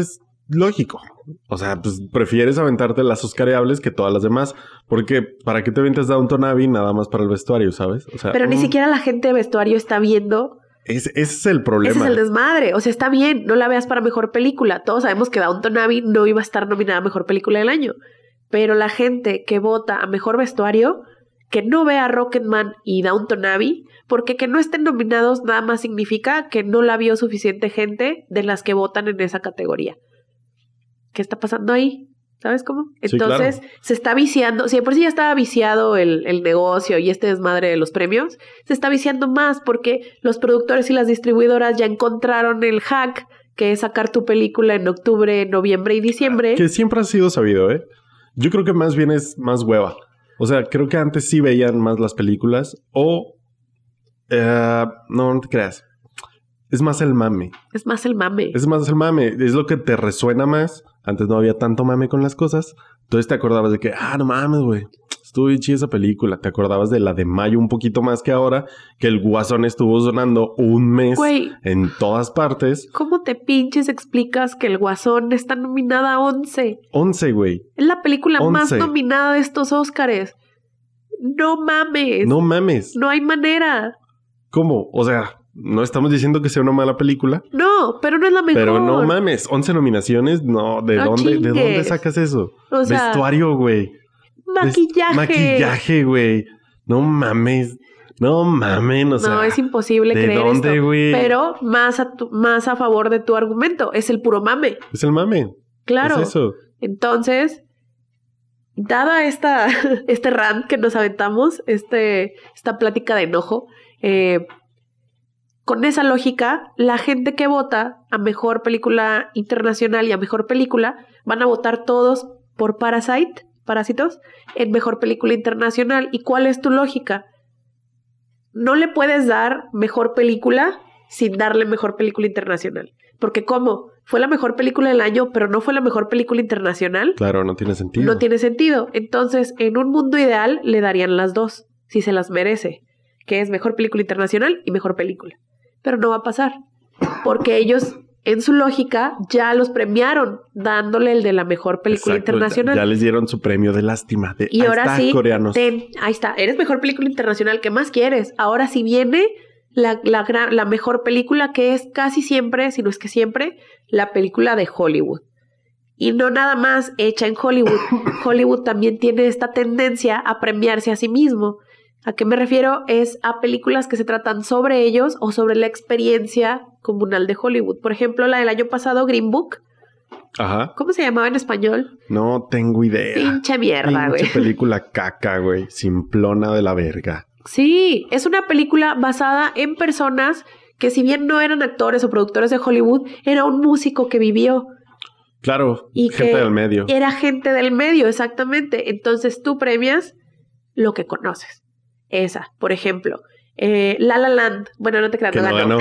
lógico. O sea, pues prefieres aventarte las oscareables que todas las demás. Porque ¿para qué te avientas Downton Abbey nada más para el vestuario, sabes? O sea, Pero ni siquiera la gente de vestuario está viendo. Ese es el problema. Ese es el desmadre. O sea, está bien, no la veas para mejor película. Todos sabemos que Downton Abbey no iba a estar nominada a mejor película del año. Pero la gente que vota a mejor vestuario, que no vea Rocketman y Downton Abbey, porque que no estén nominados nada más significa que no la vio suficiente gente de las que votan en esa categoría. ¿Qué está pasando ahí? ¿Sabes cómo? Entonces, sí, claro. Se está viciando. Si de por sí ya estaba viciado el negocio y este desmadre de los premios, se está viciando más porque los productores y las distribuidoras ya encontraron el hack, que es sacar tu película en octubre, noviembre y diciembre. Que siempre ha sido sabido, ¿eh? Yo creo que más bien es más hueva. O sea, creo que antes sí veían más las películas o... no te creas. Es más el mame. Es más el mame. Es más el mame. Es lo que te resuena más. Antes no había tanto mame con las cosas. Entonces te acordabas de que, no mames, güey. Estuvo bien chida esa película. Te acordabas de la de mayo un poquito más que ahora, que el Guasón estuvo sonando un mes Güey, en todas partes. ¿cómo te pinches explicas que el Guasón está nominada a 11? 11, güey. Es la película 11. más nominada de estos Óscares. No mames. No mames. No hay manera. ¿Cómo? O sea, no estamos diciendo que sea una mala película. No, pero no es la mejor. Pero no mames, 11 nominaciones, no, ¿de No dónde? ¿De dónde chingues. sacas eso? O sea, Vestuario, güey. maquillaje. Maquillaje, güey. No mames. No mamen, o sea. No, es imposible ¿de creer dónde, esto. güey? Pero más a favor de tu argumento. Es el puro mame. Es el mame. Claro. Es eso. Entonces, dada este rant que nos aventamos, esta plática de enojo, con esa lógica, la gente que vota a mejor película internacional y a mejor película van a votar todos por Parásitos, en mejor película internacional. ¿Y cuál es tu lógica? No le puedes dar mejor película sin darle mejor película internacional. Porque ¿cómo? Fue la mejor película del año, pero no fue la mejor película internacional. Claro, no tiene sentido. No tiene sentido. Entonces, en un mundo ideal, le darían las dos, si se las merece, que es mejor película internacional y mejor película. Pero no va a pasar, porque ellos, en su lógica, ya los premiaron, dándole el de la mejor película Exacto, internacional. Ya les dieron su premio de lástima. Y ahora está, sí, coreanos. ahí está, eres mejor película internacional, ¿qué más quieres? Ahora sí viene la mejor película, que es casi siempre, si no es que siempre, la película de Hollywood. Y no nada más hecha en Hollywood. Hollywood también tiene esta tendencia a premiarse a sí mismo. ¿A qué me refiero? Es a películas que se tratan sobre ellos o sobre la experiencia comunal de Hollywood. Por ejemplo, la del año pasado, Green Book. Ajá. ¿Cómo se llamaba en español? No tengo idea. Pinche mierda, güey. Pinche película caca, güey. Simplona de la verga. Sí, es una película basada en personas que, si bien no eran actores o productores de Hollywood, era un músico que vivió. Claro, Y gente que del medio. Era gente del medio, exactamente. Entonces tú premias lo que conoces. Esa, por ejemplo. La La Land. Bueno, no te creas, Que no no ganó. ganó.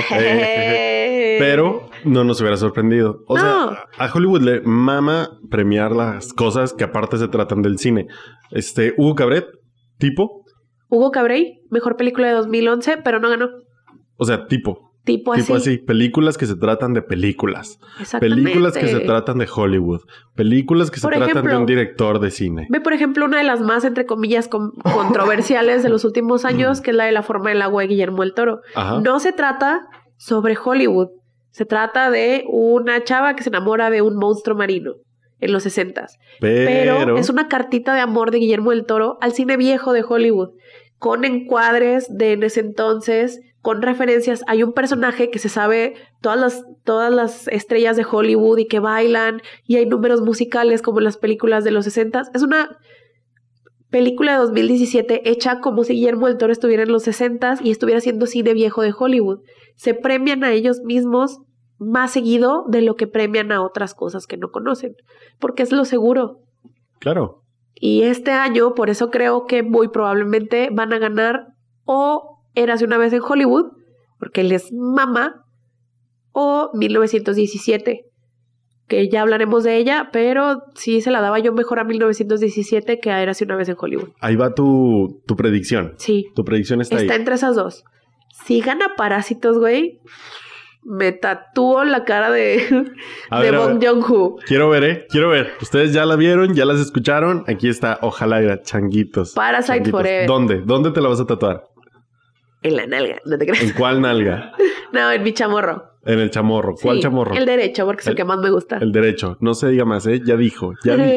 Pero no nos hubiera sorprendido. O No. sea, a Hollywood le mama premiar las cosas que aparte se tratan del cine. Hugo Cabret, tipo. Hugo Cabret, mejor película de 2011, pero no ganó. O sea, tipo. Tipo Tipo así. así. Películas que se tratan de películas. Exactamente. Películas que se tratan de Hollywood. Películas que Por se tratan de ejemplo, un director de cine. Ve, por ejemplo, una de las más, entre comillas, controversiales de los últimos años, que es la de La forma del agua de Guillermo del Toro. Ajá. No se trata sobre Hollywood. Se trata de una chava que se enamora de un monstruo marino en los 60s. Pero es una cartita de amor de Guillermo del Toro al cine viejo de Hollywood, con encuadres de en ese entonces, con referencias. Hay un personaje que se sabe todas las estrellas de Hollywood y que bailan, y hay números musicales como en las películas de los 60s. Es una película de 2017 hecha como si Guillermo del Toro estuviera en los 60s y estuviera haciendo cine viejo de Hollywood. Se premian a ellos mismos más seguido de lo que premian a otras cosas que no conocen, porque es lo seguro. Claro. Y este año, por eso creo que muy probablemente van a ganar o Érase una vez en Hollywood, porque les mama, o 1917, que ya hablaremos de ella, pero sí se la daba yo mejor a 1917 que a Érase una vez en Hollywood. Ahí va tu predicción. Sí. Tu predicción está ahí. Está entre esas dos. Si gana Parásitos, güey, me tatúo la cara de ver, Bong Joon-ho. Quiero ver. Ustedes ya la vieron, ya las escucharon. Aquí está, ojalá era changuitos. Parasite Forever. ¿Dónde te la vas a tatuar? En la nalga, no te creas. ¿En cuál nalga? No, en mi chamorro. En el chamorro. ¿Cuál chamorro? El derecho, porque es el que más me gusta. El derecho. No se diga más, ¿eh? Ya dijo.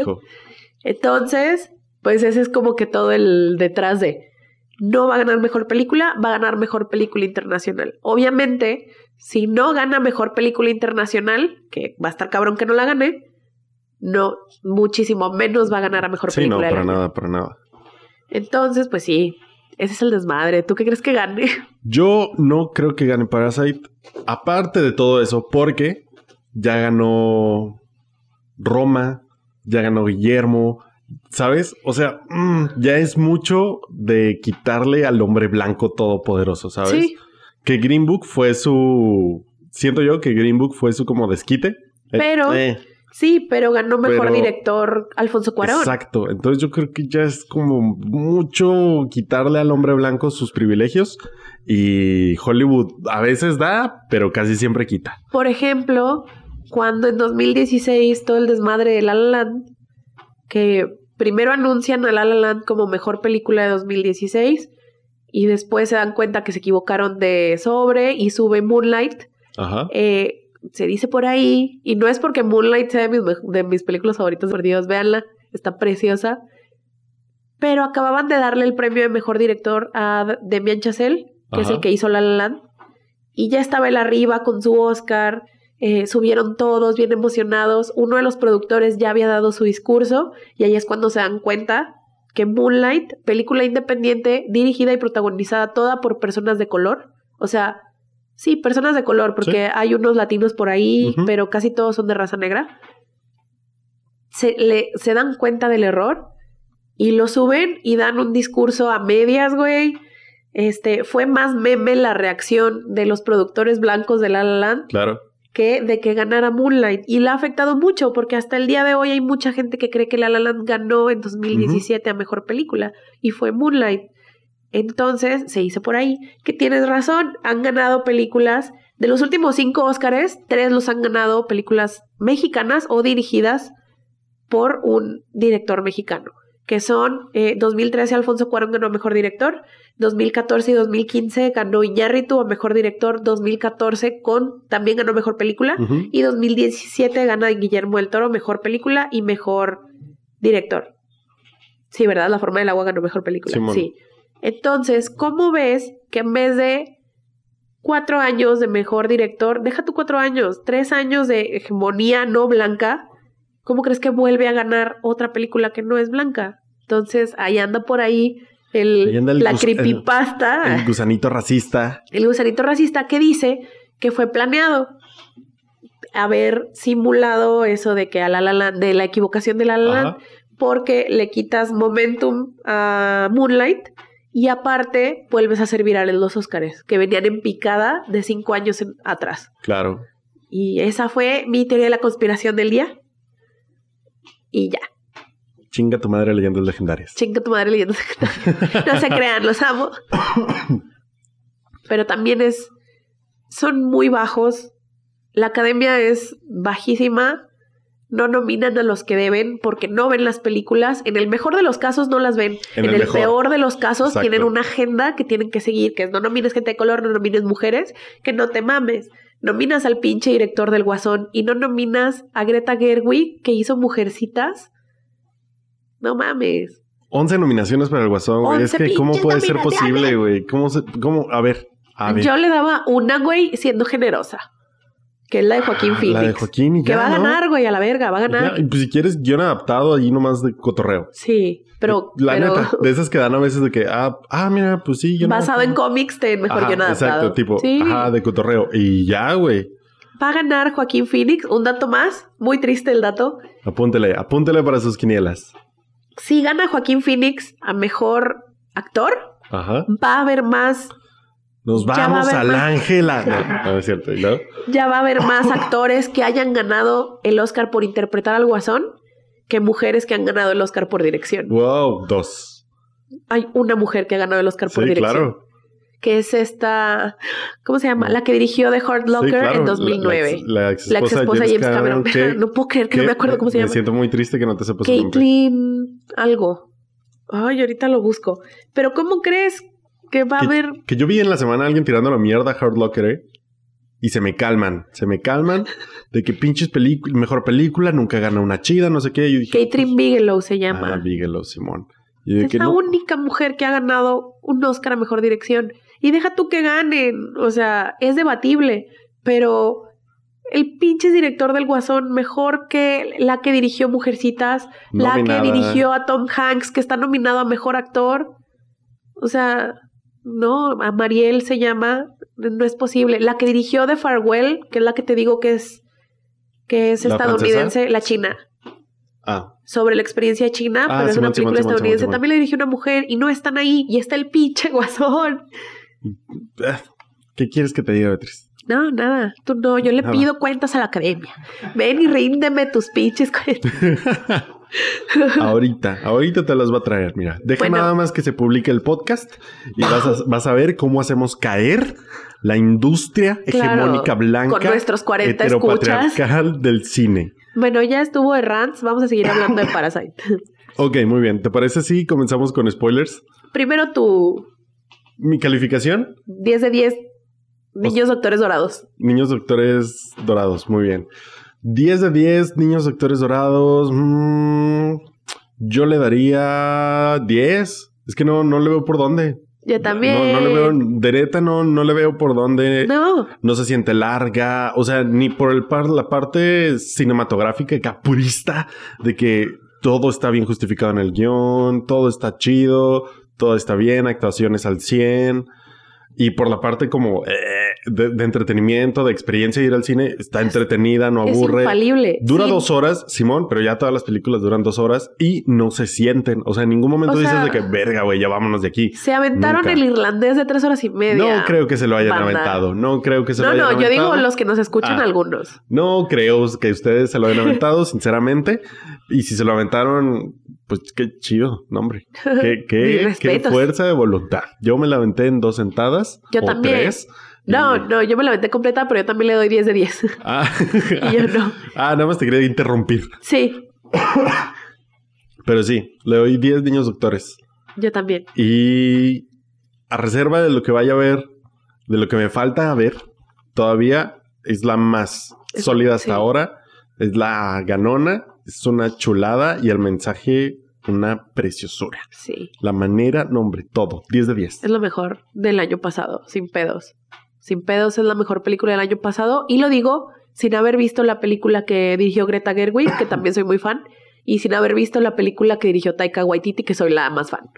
Entonces, pues ese es como que todo el detrás de... No va a ganar mejor película, va a ganar mejor película internacional. Obviamente, si no gana mejor película internacional, que va a estar cabrón que no la gane, no, muchísimo menos va a ganar a mejor película. Sí, no, para nada. Entonces, pues sí, ese es el desmadre. ¿Tú qué crees que gane? Yo no creo que gane Parasite. Aparte de todo eso, porque ya ganó Roma, ya ganó Guillermo, ¿sabes? O sea, ya es mucho de quitarle al hombre blanco todopoderoso, ¿sabes? Sí. Que Green Book fue su... Siento yo que Green Book fue su como desquite. Pero... Sí, pero ganó mejor director Alfonso Cuarón. Exacto. Entonces yo creo que ya es como mucho quitarle al hombre blanco sus privilegios. Y Hollywood a veces da, pero casi siempre quita. Por ejemplo, cuando en 2016 todo el desmadre de La La Land, que primero anuncian a La La Land como mejor película de 2016 y después se dan cuenta que se equivocaron de sobre y sube Moonlight. Ajá. Se dice por ahí, y no es porque Moonlight sea de mis películas favoritas, por Dios, véanla, está preciosa, pero acababan de darle el premio de mejor director a Damien Chazelle, que es el que hizo La La Land, y ya estaba él arriba con su Oscar, subieron todos bien emocionados, uno de los productores ya había dado su discurso, y ahí es cuando se dan cuenta que Moonlight, película independiente, dirigida y protagonizada toda por personas de color, o sea... Sí, personas de color, porque hay unos latinos por ahí, pero casi todos son de raza negra. Se dan cuenta del error y lo suben y dan un discurso a medias, güey. Fue más meme la reacción de los productores blancos de La La Land que de que ganara Moonlight. Y la ha afectado mucho, porque hasta el día de hoy hay mucha gente que cree que La La Land ganó en 2017 a mejor película y fue Moonlight. Entonces, se dice por ahí que tienes razón, han ganado películas, de los últimos 5 Óscares, 3 los han ganado películas mexicanas o dirigidas por un director mexicano, que son 2013 Alfonso Cuarón ganó a Mejor Director, 2014 y 2015 ganó Iñárritu a Mejor Director, 2014 también ganó Mejor Película, y 2017 gana Guillermo del Toro Mejor Película y Mejor Director. Sí, ¿verdad? La Forma del Agua ganó Mejor Película, sí. Entonces, ¿cómo ves que en vez de 4 años de mejor director, deja tú 4 años, 3 años de hegemonía no blanca, ¿cómo crees que vuelve a ganar otra película que no es blanca? Entonces, ahí anda por ahí la creepypasta. El gusanito racista. El gusanito racista que dice que fue planeado haber simulado eso de que a La La Land, de la equivocación de La La Land, porque le quitas momentum a Moonlight. Y aparte, vuelves a hacer virales los Óscares, que venían en picada de 5 años atrás. Claro. Y esa fue mi teoría de la conspiración del día. Y ya. Chinga tu madre, leyendas legendarias. Chinga tu madre, leyendas legendarias. No se crean, los amo. Pero también son muy bajos. La academia es bajísima. No nominan a los que deben porque no ven las películas. En el mejor de los casos no las ven. En el peor de los casos tienen una agenda que tienen que seguir, que es no nomines gente de color, no nomines mujeres, que no te mames. Nominas al pinche director del Guasón y no nominas a Greta Gerwig, que hizo Mujercitas. No mames. 11 nominaciones para el Guasón, güey. Es que ¿cómo puede ser posible, güey? ¿Cómo? A ver. Yo le daba una, güey, siendo generosa. Que es la de Joaquín Phoenix. La de Joaquín y que va a ganar, güey, a la verga, va a ganar. Y pues si quieres guión adaptado, ahí nomás de cotorreo. Sí, pero... Neta, de esas que dan a veces de que, mira, pues sí. Basado en cómics, mejor guión adaptado. Exacto, tipo, de cotorreo. Y ya, güey. Va a ganar Joaquín Phoenix. Un dato más, muy triste el dato. Apúntele para sus quinielas. Si gana Joaquín Phoenix a mejor actor, va a haber más... Nos vamos a la Ángela. No es cierto, ¿no? Ya va a haber más actores que hayan ganado el Oscar por interpretar al Guasón que mujeres que han ganado el Oscar por dirección. Wow, 2. Hay una mujer que ha ganado el Oscar por dirección. Claro. que es esta, ¿cómo se llama? La que dirigió The Hurt Locker claro, en 2009. La ex esposa de James Cameron. No puedo creer que no me acuerdo cómo se llama. Me siento muy triste que no te sepas su nombre. Caitlin algo. Ay, ahorita lo busco. Pero ¿cómo crees que va a haber? Que yo vi en la semana a alguien tirando la mierda a Hurt Locker, y se me calman de que pinches mejor película, nunca gana una chida, no sé qué. Yo dije, Catherine Bigelow se llama. Bigelow, Simón. Es la única mujer que ha ganado un Oscar a Mejor Dirección. Y deja tú que ganen. O sea, es debatible. Pero el pinche director del Guasón, mejor que la que dirigió Mujercitas, nominada. La que dirigió a Tom Hanks, que está nominado a Mejor Actor. O sea, no, a Mariel se llama. No es posible. La que dirigió The Farewell, que es la que te digo que es estadounidense, francesa? la china. Ah. Sobre la experiencia china, pero es una película estadounidense. También la dirigió una mujer y no están ahí. Y está el pinche Guasón. ¿Qué quieres que te diga, Beatriz? No, nada. Tú no. Yo le pido cuentas a la academia. Ven y ríndeme tus pinches cuentas. ahorita te las va a traer. Mira, deja nada más que se publique el podcast y vas a ver cómo hacemos caer la industria hegemónica blanca con nuestros 40 heteropatriarcal escuchas del cine. Bueno, ya estuvo de rants. Vamos a seguir hablando de Parasite. Ok, muy bien. ¿Te parece si comenzamos con spoilers? Primero tu... ¿Mi calificación? 10 de 10. Niños Doctores Dorados. Niños Doctores Dorados, muy bien. 10 de 10, Niños Doctores Dorados. Yo le daría 10. Es que no le veo por dónde. Yo también. No le veo, de neta no le veo por dónde. No se siente larga. O sea, ni por la parte cinematográfica purista de que todo está bien justificado en el guión, todo está chido, todo está bien, actuaciones al 100. Y por la parte como de entretenimiento, de experiencia, ir al cine, está entretenida, no aburre. Es infalible. Dura 2 horas, Simón, pero ya todas las películas duran 2 horas y no se sienten. O sea, en ningún momento dices de que, verga, güey, ya vámonos de aquí. Se aventaron el irlandés de 3 horas y media. No creo que se lo hayan aventado. No creo que se lo hayan aventado. No, yo digo los que nos escuchan algunos. No creo que ustedes se lo hayan aventado, sinceramente. Y si se lo aventaron, pues qué chido, no, hombre. Qué fuerza de voluntad. Yo me la aventé en 2 sentadas. Yo también. 3. No, yo me la aventé completa, pero yo también le doy 10 de 10. Y yo no. Nada más te quería interrumpir. Sí. Pero sí, le doy 10 Niños Doctores. Yo también. Y a reserva de lo que vaya a ver, de lo que me falta ver, todavía es la más sólida hasta ahora. Es la ganona, es una chulada y el mensaje una preciosura. Sí. La manera, nombre, todo. 10 de 10. Es lo mejor del año pasado, sin pedos. Sin pedos es la mejor película del año pasado. Y lo digo sin haber visto la película que dirigió Greta Gerwig, que también soy muy fan. Y sin haber visto la película que dirigió Taika Waititi, que soy la más fan.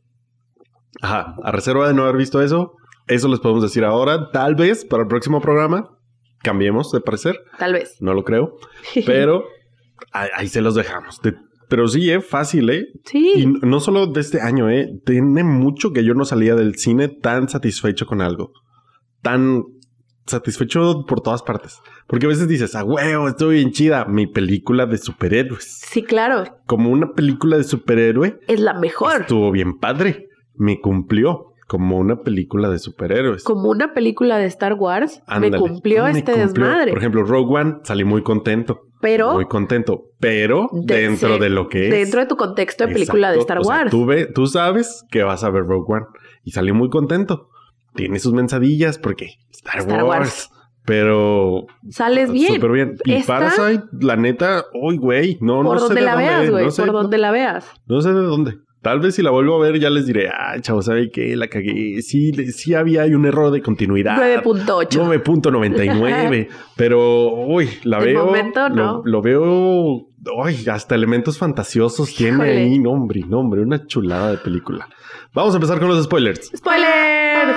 Ajá. A reserva de no haber visto eso les podemos decir ahora. Tal vez para el próximo programa cambiemos de parecer. Tal vez. No lo creo. Pero ahí se los dejamos. Pero sí, fácil, Sí. Y no solo de este año, Tiene mucho que yo no salía del cine tan satisfecho con algo. Tan satisfecho por todas partes. Porque a veces dices, huevo, estoy bien chida. Mi película de superhéroes. Sí, claro. Como una película de superhéroe. Es la mejor. Estuvo bien padre. Me cumplió. Como una película de superhéroes. Como una película de Star Wars. Ándale. Me cumplió desmadre. Por ejemplo, Rogue One, salí muy contento. Muy contento. Pero dentro de lo que es. Dentro de tu contexto de película de Star Wars. Tú sabes que vas a ver Rogue One. Y salí muy contento. Tiene sus mensadillas porque Star Wars. Pero sales bien. Súper bien. Y Parasite, la neta, güey. No sé de dónde. Por donde la veas, güey. Por donde la veas. No sé de dónde. Tal vez si la vuelvo a ver ya les diré, chavo, ¿sabe qué? La cagué. Sí había un error de continuidad. 9.8. 9.99. Pero, la veo. Momento, no. Lo veo. Hasta elementos fantasiosos tiene ahí. Nombre. Una chulada de película. Vamos a empezar con los spoilers. ¡Spoilers!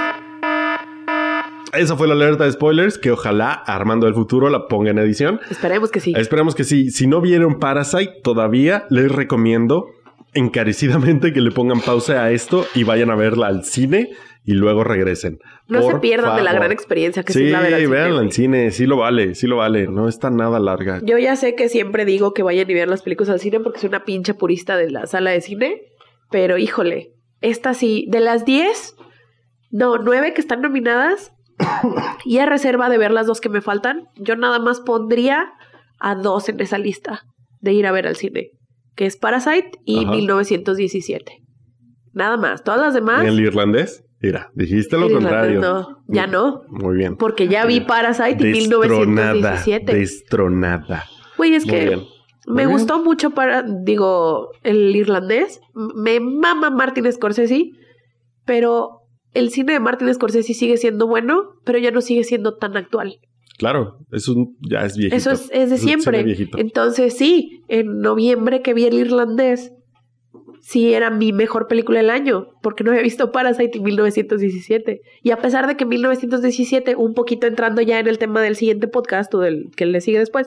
Esa fue la alerta de spoilers que ojalá Armando del Futuro la ponga en edición. Esperemos que sí. Esperemos que sí. Si no vieron Parasite todavía, les recomiendo encarecidamente que le pongan pausa a esto y vayan a verla al cine y luego regresen. No se pierdan de la gran experiencia que es la ver al cine. Sí, véanla al cine. Sí lo vale. No está nada larga. Yo ya sé que siempre digo que vayan y vean las películas al cine porque soy una pinche purista de la sala de cine. Pero, híjole, esta sí, de las 10, No, 9 que están nominadas. Y a reserva de ver las 2 que me faltan, yo nada más pondría a 2 en esa lista de ir a ver al cine, que es Parasite y 1917. Nada más. Todas las demás... ¿El irlandés? Mira, dijiste lo contrario. No, ya no. Muy bien. Porque ya vi Parasite y 1917. Destronada. Güey, es que me gustó mucho el irlandés. Me mama Martin Scorsese, pero el cine de Martin Scorsese sigue siendo bueno, pero ya no sigue siendo tan actual. Claro, ya es viejito. Eso es de siempre. Entonces, sí, en noviembre que vi el irlandés, sí era mi mejor película del año, porque no había visto Parasite en 1917. Y a pesar de que 1917, un poquito entrando ya en el tema del siguiente podcast o del que le sigue después,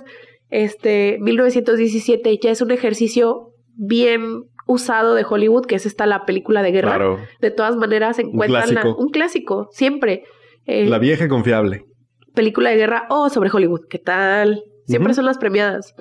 1917 ya es un ejercicio bien usado de Hollywood, que es la película de guerra. Claro. De todas maneras, encuentran un clásico, siempre. La vieja confiable. Película de guerra sobre Hollywood. ¿Qué tal? Siempre son las premiadas.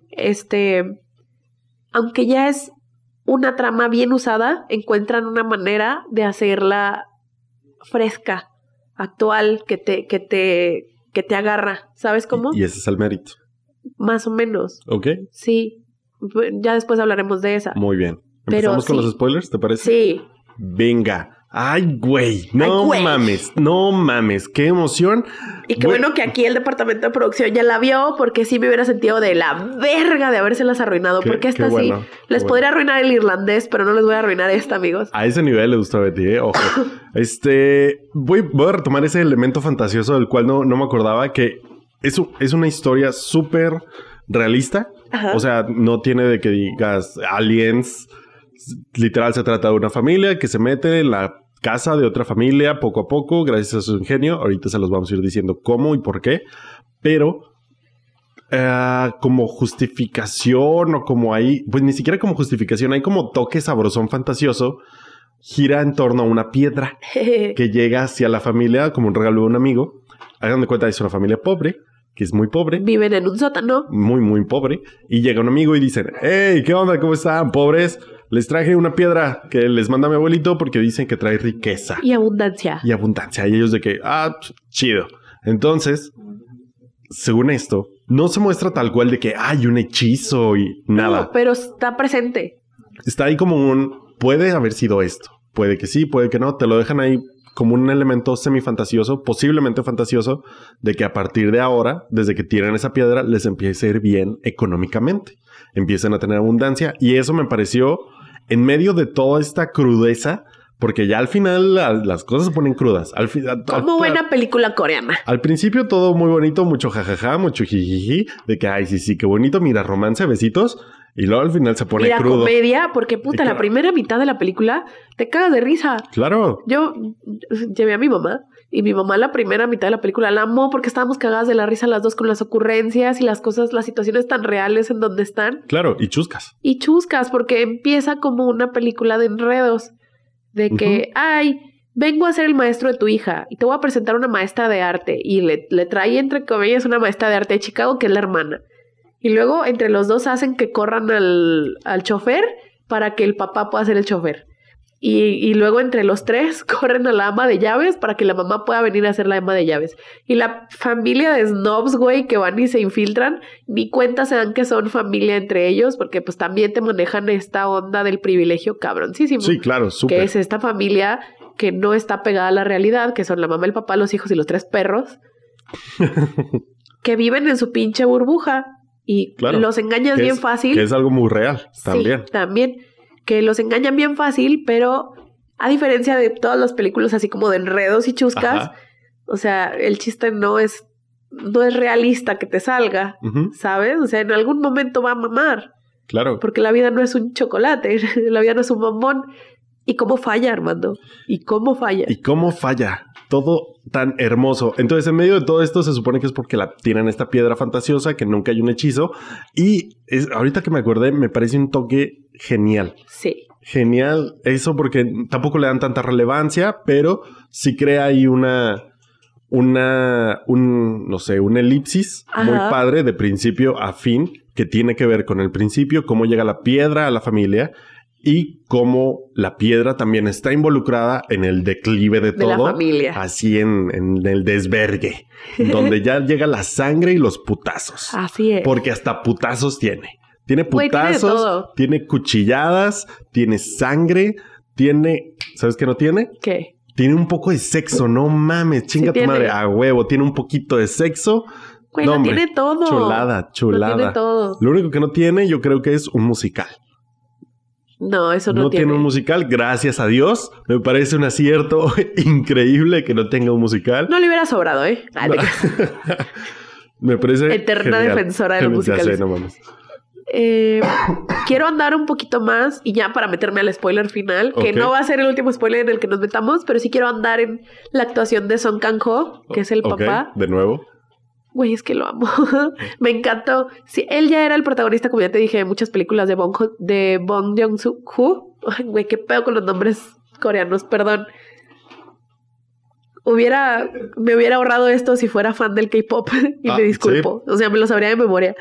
Aunque ya es una trama bien usada, encuentran una manera de hacerla fresca, actual, que te agarra. ¿Sabes cómo? Y ese es el mérito. Más o menos. Ok. Sí. Ya después hablaremos de esa. Muy bien. ¿Empezamos con los spoilers, te parece? Sí. Venga. Ay, güey. No mames. Qué emoción. Y qué bueno que aquí el departamento de producción ya la vio, porque sí me hubiera sentido de la verga de habérselas arruinado. Porque esta sí les podría arruinar el irlandés, pero no les voy a arruinar esta, amigos. A ese nivel le gustó a Betty, ojo. Voy a retomar ese elemento fantasioso del cual no me acordaba, que es una historia súper realista. Ajá. O sea, no tiene de que digas aliens. Literal se trata de una familia que se mete en la casa de otra familia poco a poco, gracias a su ingenio. Ahorita se los vamos a ir diciendo cómo y por qué. Pero como justificación o como ahí, pues ni siquiera como justificación, hay como toque sabrosón fantasioso. Gira en torno a una piedra que llega hacia la familia como un regalo de un amigo. Hagan de cuenta, es una familia pobre, que es muy pobre. Viven en un sótano. Muy, muy pobre. Y llega un amigo y dicen, hey, ¿qué onda? ¿Cómo están, pobres? Les traje una piedra que les manda mi abuelito porque dicen que trae riqueza. Y abundancia. Y ellos de que, chido. Entonces, según esto, no se muestra tal cual de que hay un hechizo y nada. No, pero está presente. Está ahí como puede haber sido esto. Puede que sí, puede que no. Te lo dejan ahí como un elemento semifantasioso, posiblemente fantasioso, de que a partir de ahora, desde que tiran esa piedra, les empiece a ir bien económicamente. Empiezan a tener abundancia. Y eso me pareció, en medio de toda esta crudeza, porque ya al final las cosas se ponen crudas. Como buena película coreana. Al principio todo muy bonito, mucho jajaja, mucho jijiji, de que, ay, sí, qué bonito, mira, romance, besitos. Y luego al final se pone crudo. Comedia, porque puta, la primera mitad de la película te cagas de risa. Claro. Yo llevé a mi mamá y mi mamá la primera mitad de la película la amó porque estábamos cagadas de la risa las dos con las ocurrencias y las situaciones tan reales en donde están. Claro, y chuscas. Y chuscas, porque empieza como una película de enredos. De que, vengo a ser el maestro de tu hija y te voy a presentar una maestra de arte. Y le trae, entre comillas, una maestra de arte de Chicago que es la hermana. Y luego entre los dos hacen que corran al chofer para que el papá pueda ser el chofer. Y luego entre los tres corren a la ama de llaves para que la mamá pueda venir a ser la ama de llaves. Y la familia de snobs, güey, que van y se infiltran, ni cuenta se dan que son familia entre ellos, porque pues también te manejan esta onda del privilegio cabroncísimo. Sí, claro, súper. Que es esta familia que no está pegada a la realidad, que son la mamá, el papá, los hijos y los 3 perros, que viven en su pinche burbuja. Y claro, los engañas bien fácil. Que es algo muy real también. Sí, también. Que los engañan bien fácil, pero a diferencia de todas las películas así como de enredos y chuscas, o sea, el chiste no es realista que te salga, ¿sabes? O sea, en algún momento va a mamar. Claro. Porque la vida no es un chocolate, la vida no es un bombón. ¿Y cómo falla, Armando? ¿Y cómo falla? Todo tan hermoso. Entonces, en medio de todo esto, se supone que es porque tiran esta piedra fantasiosa, que nunca hay un hechizo. Y ahorita que me acordé, me parece un toque genial. Sí. Genial eso, porque tampoco le dan tanta relevancia, pero sí crea ahí una elipsis muy padre de principio a fin, que tiene que ver con el principio, cómo llega la piedra a la familia. y cómo la piedra también está involucrada en el declive de todo. De la familia. Así en el desvergue, donde ya llega la sangre y los putazos. Así es. Porque hasta putazos tiene. Tiene Güey, tiene de putazos, todo. tiene cuchilladas, tiene sangre, tiene... ¿Sabes qué no tiene? ¿Qué? Tiene un poco de sexo, no mames, chinga tu tiene. madre, a huevo, tiene un poquito de sexo. Güey, No, lo hombre, tiene todo. Chulada. Lo tiene todo. Lo único que no tiene, yo creo que es un musical. No, eso no, No tiene un musical, gracias a Dios. Me parece un acierto increíble que no tenga un musical. No le hubiera sobrado, ¿eh? Ah, te creas. Me parece Eterna genial. defensora de los Ya musicales. sé, no mames. Quiero andar un poquito más y ya para meterme al spoiler final, que Ok. no va a ser el último spoiler en el que nos metamos, pero sí quiero andar en la actuación de Song Kang-ho, que es el Ok, papá. de nuevo. Güey, es que lo amo. Me encantó. Sí, él ya era el protagonista, como ya te dije, de muchas películas de Bong Joon-ho. Ay, güey, qué pedo con los nombres coreanos, perdón. Me hubiera ahorrado esto si fuera fan del K-pop y me disculpo. O sea, me lo sabría de memoria.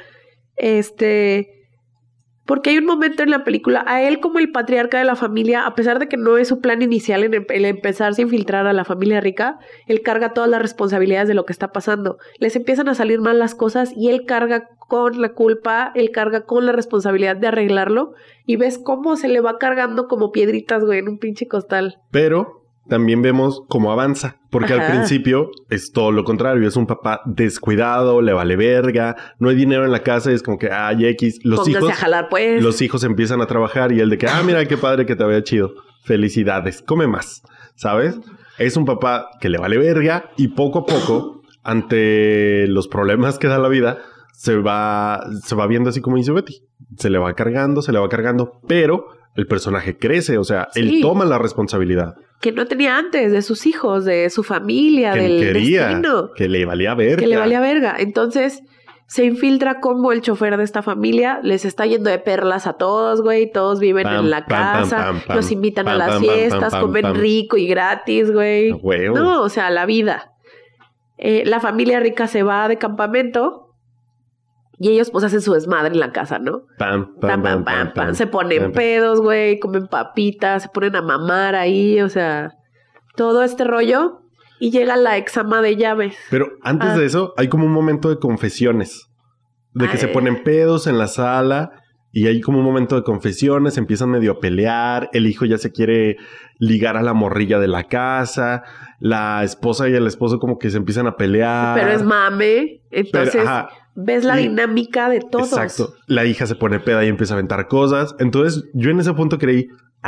Porque hay un momento en la película, a él como el patriarca de la familia, a pesar de que no es su plan inicial en el empezarse a infiltrar a la familia rica, él carga todas las responsabilidades de lo que está pasando. Les empiezan a salir mal las cosas y él carga con la culpa, él carga con la responsabilidad de arreglarlo y ves cómo se le va cargando como piedritas, güey, en un pinche costal. Pero también vemos cómo avanza, porque Ajá. al principio es todo lo contrario, es un papá descuidado, le vale verga, no hay dinero en la casa y es como que, ay, X, Pónganse a jalar, pues. los hijos empiezan a trabajar y él de que, mira qué padre que te vaya chido, felicidades, come más, ¿sabes? Es un papá que le vale verga y poco a poco, ante los problemas que da la vida, se va viendo así como dice Betty, se le va cargando, pero el personaje crece, o sea, él Sí. toma la responsabilidad. Que no tenía antes, de sus hijos, de su familia, Que del quería, destino. que le valía verga. Que le valía verga. Entonces se infiltra como el chofer de esta familia. Les está yendo de perlas a todos, güey. Todos viven Pam, en la pam, pam, casa. pam, pam, los invitan pam, a las pam, pam, fiestas. pam, comen pam. rico y gratis, güey. A huevo. No, o sea, la vida. La familia rica se va de campamento. Y ellos pues hacen su desmadre en la casa, ¿no? Pam, Pam, pam, pam. Se ponen pedos, güey. Comen papitas. Se ponen a mamar ahí. O sea, todo este rollo. Y llega la ex ama de llaves. Pero antes de eso, hay como un momento de confesiones. De que se ponen pedos en la sala. Y hay como un momento de confesiones. Empiezan medio a pelear. El hijo ya se quiere ligar a la morrilla de la casa. La esposa y el esposo como que se empiezan a pelear. Pero es mame. Entonces, Pero, ajá. ves la Y- dinámica de todos. Exacto. La hija se pone peda y empieza a aventar cosas. Entonces, yo en ese punto creí,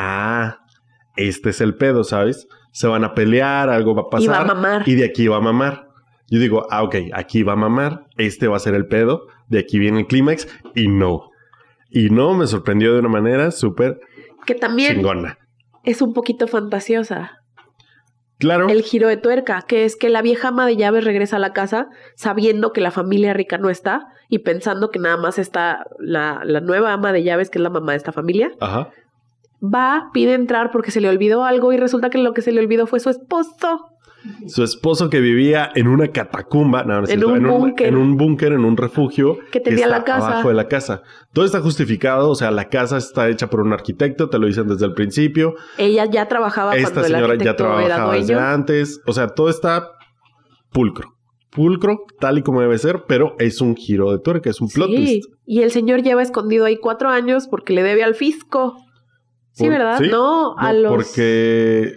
este es el pedo, ¿sabes? Se van a pelear, algo va a pasar. Y va a mamar. Y de aquí va a mamar. Yo digo, ok, aquí va a mamar. Este va a ser el pedo. De aquí viene el clímax. Y no. Y no, me sorprendió de una manera súper Que también chingona. es un poquito fantasiosa. Claro. El giro de tuerca, que es que la vieja ama de llaves regresa a la casa sabiendo que la familia rica no está y pensando que nada más está la nueva ama de llaves, que es la mamá de esta familia. Ajá. Va, pide entrar porque se le olvidó algo y resulta que lo que se le olvidó fue su esposo. Su esposo que vivía en una catacumba, no es En cierto, un búnker. en un búnker, en un refugio Que tenía está la casa. abajo de la casa. Todo está justificado, o sea, la casa está hecha por un arquitecto, te lo dicen desde el principio. Ella ya trabajaba Esta cuando el señora ya arquitecto era trabajaba desde dueño. antes, o sea, todo está pulcro. Pulcro, tal y como debe ser, pero es un giro de tuerca, es un plot Sí, twist. y el señor lleva escondido ahí 4 años porque le debe al fisco. Sí, ¿verdad? ¿Sí? No, a No, los... Porque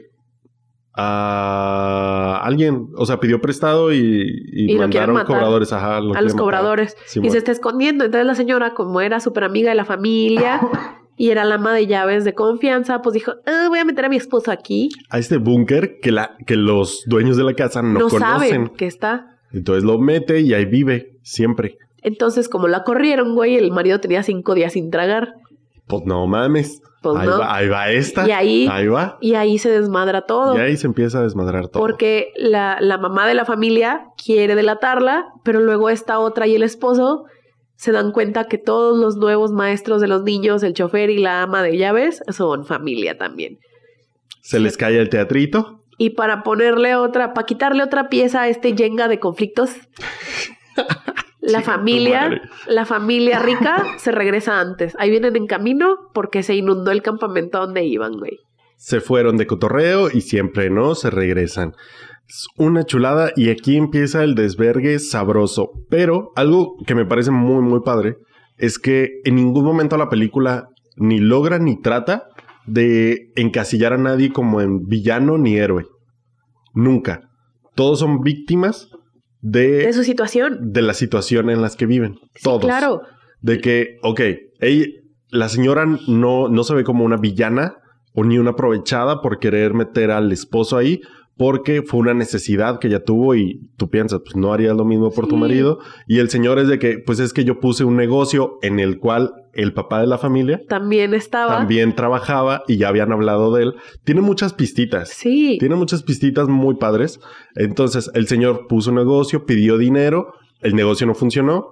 a alguien, o sea, pidió prestado y lo quieren mandaron matar. cobradores, ajá, lo a los quieren matar. cobradores. Sí, Y bueno. se está escondiendo. Entonces la señora, como era súper amiga de la familia y era la ama de llaves de confianza, pues dijo, voy a meter a mi esposo aquí. A este búnker que los dueños de la casa no No conocen. saben que está. Entonces lo mete y ahí vive siempre. Entonces, como la corrieron, güey, el marido tenía 5 días sin tragar. Pues no mames. Pues no. Ahí va esta. Y ahí- Ahí va. Y ahí se desmadra todo. Y ahí se empieza a desmadrar todo. Porque la mamá de la familia quiere delatarla, pero luego esta otra y el esposo se dan cuenta que todos los nuevos maestros de los niños, el chofer y la ama de llaves, son familia también. Se les cae el teatrito. Y para quitarle otra pieza a este Jenga de conflictos, La Chica, tu familia, madre. rica se regresa antes. Ahí vienen en camino porque se inundó el campamento donde iban, güey. Se fueron de cotorreo y siempre, ¿no? Se regresan. Es una chulada y aquí empieza el desvergue sabroso. Pero algo que me parece muy, muy padre es que en ningún momento la película ni logra ni trata de encasillar a nadie como en villano ni héroe. Nunca. Todos son víctimas De su situación. de la situación en las que viven. Sí, Todos. claro. De que, ok, la señora no se ve como una villana o ni una aprovechada por querer meter al esposo ahí, porque fue una necesidad que ella tuvo y tú piensas, pues no harías lo mismo por tu Sí. marido. Y el señor es de que, pues es que yo puse un negocio en el cual el papá de la familia También estaba. también trabajaba y ya habían hablado de él. Tiene muchas pistitas. Sí. Tiene muchas pistitas muy padres. Entonces, el señor puso un negocio, pidió dinero, el negocio no funcionó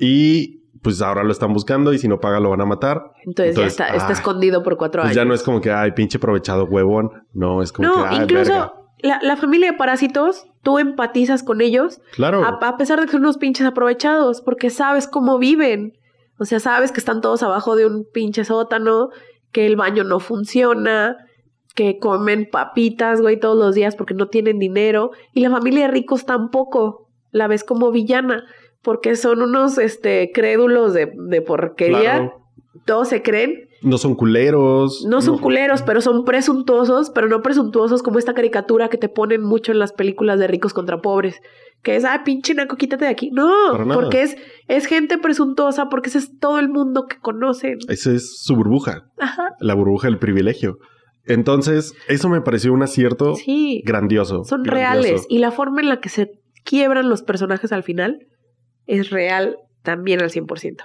y pues ahora lo están buscando y si no paga lo van a matar. Entonces ya está ay, escondido por 4 pues años. ya no es como que, ay, pinche aprovechado huevón. No, es como No, que, ay, incluso verga. la familia de parásitos, tú empatizas con ellos Claro. a pesar de que son unos pinches aprovechados, porque sabes cómo viven. O sea, sabes que están todos abajo de un pinche sótano, que el baño no funciona, que comen papitas, güey, todos los días porque no tienen dinero. Y la familia de ricos tampoco la ves como villana, porque son unos crédulos de porquería. Claro. Todos se creen. No son culeros. No son culeros, pero son presuntuosos, pero no presuntuosos como esta caricatura que te ponen mucho en las películas de ricos contra pobres. Que es, pinche naco, quítate de aquí. No, Para nada. porque es gente presuntuosa, porque ese es todo el mundo que conocen. Esa es su burbuja. Ajá. La burbuja del privilegio. Entonces, eso me pareció un acierto Sí. grandioso. Son grandioso. reales. Y la forma en la que se quiebran los personajes al final es real también al 100%.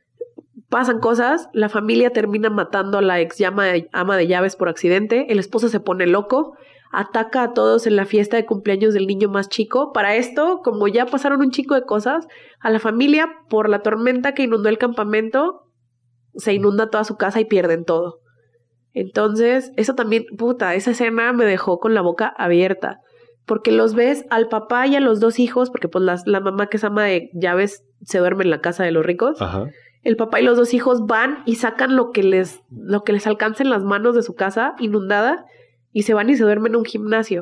Pasan cosas, la familia termina matando a la ex ama de llaves por accidente, el esposo se pone loco, ataca a todos en la fiesta de cumpleaños del niño más chico. Para esto, como ya pasaron un chico de cosas, a la familia, por la tormenta que inundó el campamento, se inunda toda su casa y pierden todo. Entonces, eso también, puta, esa escena me dejó con la boca abierta. Porque los ves al papá y a los 2 hijos, porque pues la mamá que es ama de llaves se duerme en la casa de los ricos. Ajá. El papá y los 2 hijos van y sacan lo que les alcance en las manos de su casa inundada y se van y se duermen en un gimnasio.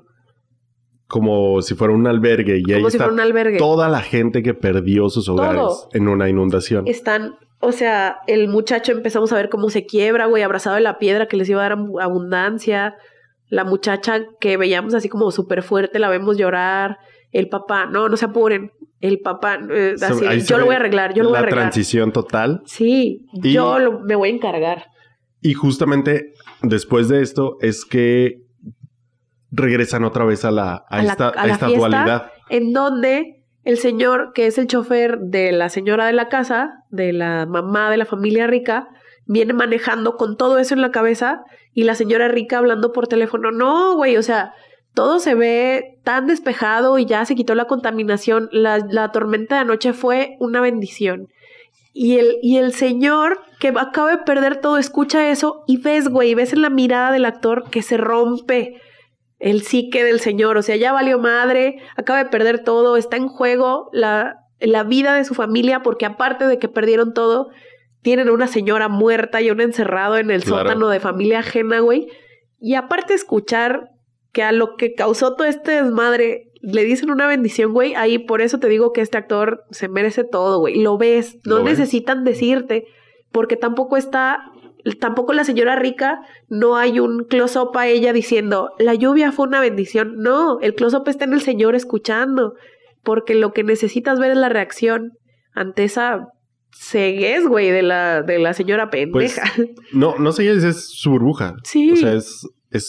Como si fuera un albergue. Y ahí Como si está fuera un albergue. toda la gente que perdió sus hogares Todo. en una inundación. Están, o sea, el muchacho empezamos a ver cómo se quiebra, güey, abrazado de la piedra que les iba a dar abundancia. La muchacha que veíamos así como súper fuerte, la vemos llorar. El papá, no se apuren. El papá, así, Ahí se yo lo ve voy a arreglar, yo lo voy a la arreglar. transición total. Sí, Y- me voy a encargar. Y justamente después de esto es que regresan otra vez a esta fiesta, dualidad. en donde el señor, que es el chofer de la señora de la casa, de la mamá de la familia rica, viene manejando con todo eso en la cabeza y la señora rica hablando por teléfono. No, güey, o sea, todo se ve tan despejado y ya se quitó la contaminación. La tormenta de anoche fue una bendición. Y el señor que acaba de perder todo escucha eso y ves en la mirada del actor que se rompe el psique del señor. O sea, ya valió madre, acaba de perder todo, está en juego la vida de su familia, porque aparte de que perdieron todo, tienen una señora muerta y un encerrado en el sótano de familia ajena, güey. Y aparte escuchar que a lo que causó todo este desmadre le dicen una bendición, güey. Ahí por eso te digo que este actor se merece todo, güey. Lo ves, no necesitan decirte, porque tampoco la señora rica, no hay un close-up a ella diciendo, la lluvia fue una bendición. No, el close-up está en el señor escuchando, porque lo que necesitas ver es la reacción ante esa ceguez, güey, de la señora pendeja. Pues, no sé, es su burbuja. Sí. O sea, es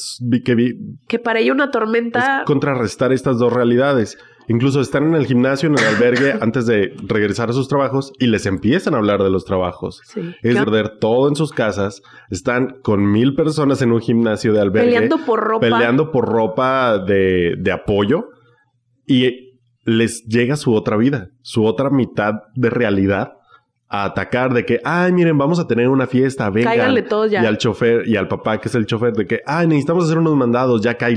que para ella una tormenta... es contrarrestar estas dos realidades. Incluso están en el gimnasio, en el albergue, antes de regresar a sus trabajos y les empiezan a hablar de los trabajos. Sí. Es perder todo en sus casas. Están con 1000 personas en un gimnasio de albergue. Peleando por ropa de apoyo. Y les llega su otra vida, su otra mitad de realidad a atacar de que, ay, miren, vamos a tener una fiesta, vengan. Cáiganle todos ya. Y al chofer y al papá, que es el chofer, de que, ay, necesitamos hacer unos mandados, ya cáile.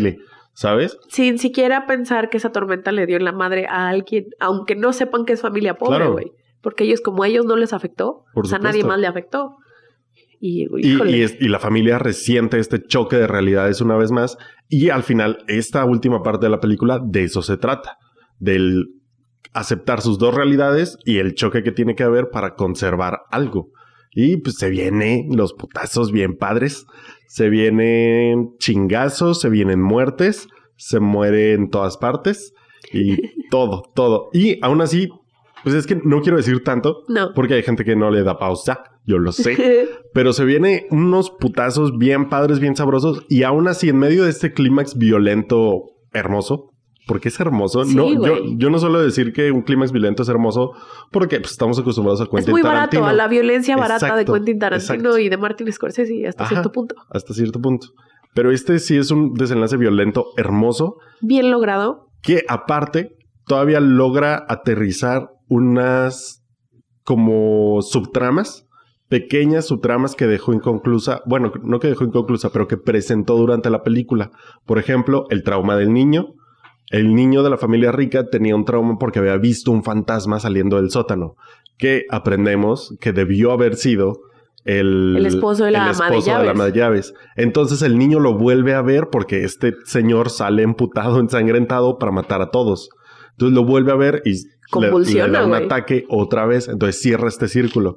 ¿sabes? Sin siquiera pensar que esa tormenta le dio en la madre a alguien, aunque no sepan que es familia pobre, güey. Claro. Porque ellos, como a ellos no les afectó, Por o sea, supuesto. nadie más le afectó. Y, híjole. Y la familia resiente este choque de realidades una vez más. Y al final, esta última parte de la película, de eso se trata. Del aceptar sus dos realidades y el choque que tiene que haber para conservar algo. Y pues se vienen los putazos bien padres. Se vienen chingazos, se vienen muertes, se muere en todas partes. Y todo. Y aún así, pues es que no quiero decir tanto. No. Porque hay gente que no le da pausa. Yo lo sé. Pero se vienen unos putazos bien padres, bien sabrosos. Y aún así, en medio de este clímax violento hermoso, porque es hermoso. Sí, no, güey. yo no suelo decir que un clímax violento es hermoso porque pues, estamos acostumbrados a Es Quentin muy Tarantino. barato, a la violencia barata de Exacto, Quentin Tarantino exacto. y de Martin Scorsese hasta Ajá. cierto punto. Hasta cierto punto. Pero este sí es un desenlace violento hermoso Bien logrado. que aparte todavía logra aterrizar unas como subtramas, pequeñas subtramas que dejó inconclusa. Bueno, no que dejó inconclusa, pero que presentó durante la película. Por ejemplo, el trauma del niño. El niño de la familia rica tenía un trauma porque había visto un fantasma saliendo del sótano, que aprendemos que debió haber sido el esposo de la ama de llaves. ama de llaves. Entonces el niño lo vuelve a ver porque este señor sale emputado, ensangrentado para matar a todos. Entonces lo vuelve a ver y Convulsiona, le da un güey. ataque otra vez. Entonces cierra este círculo.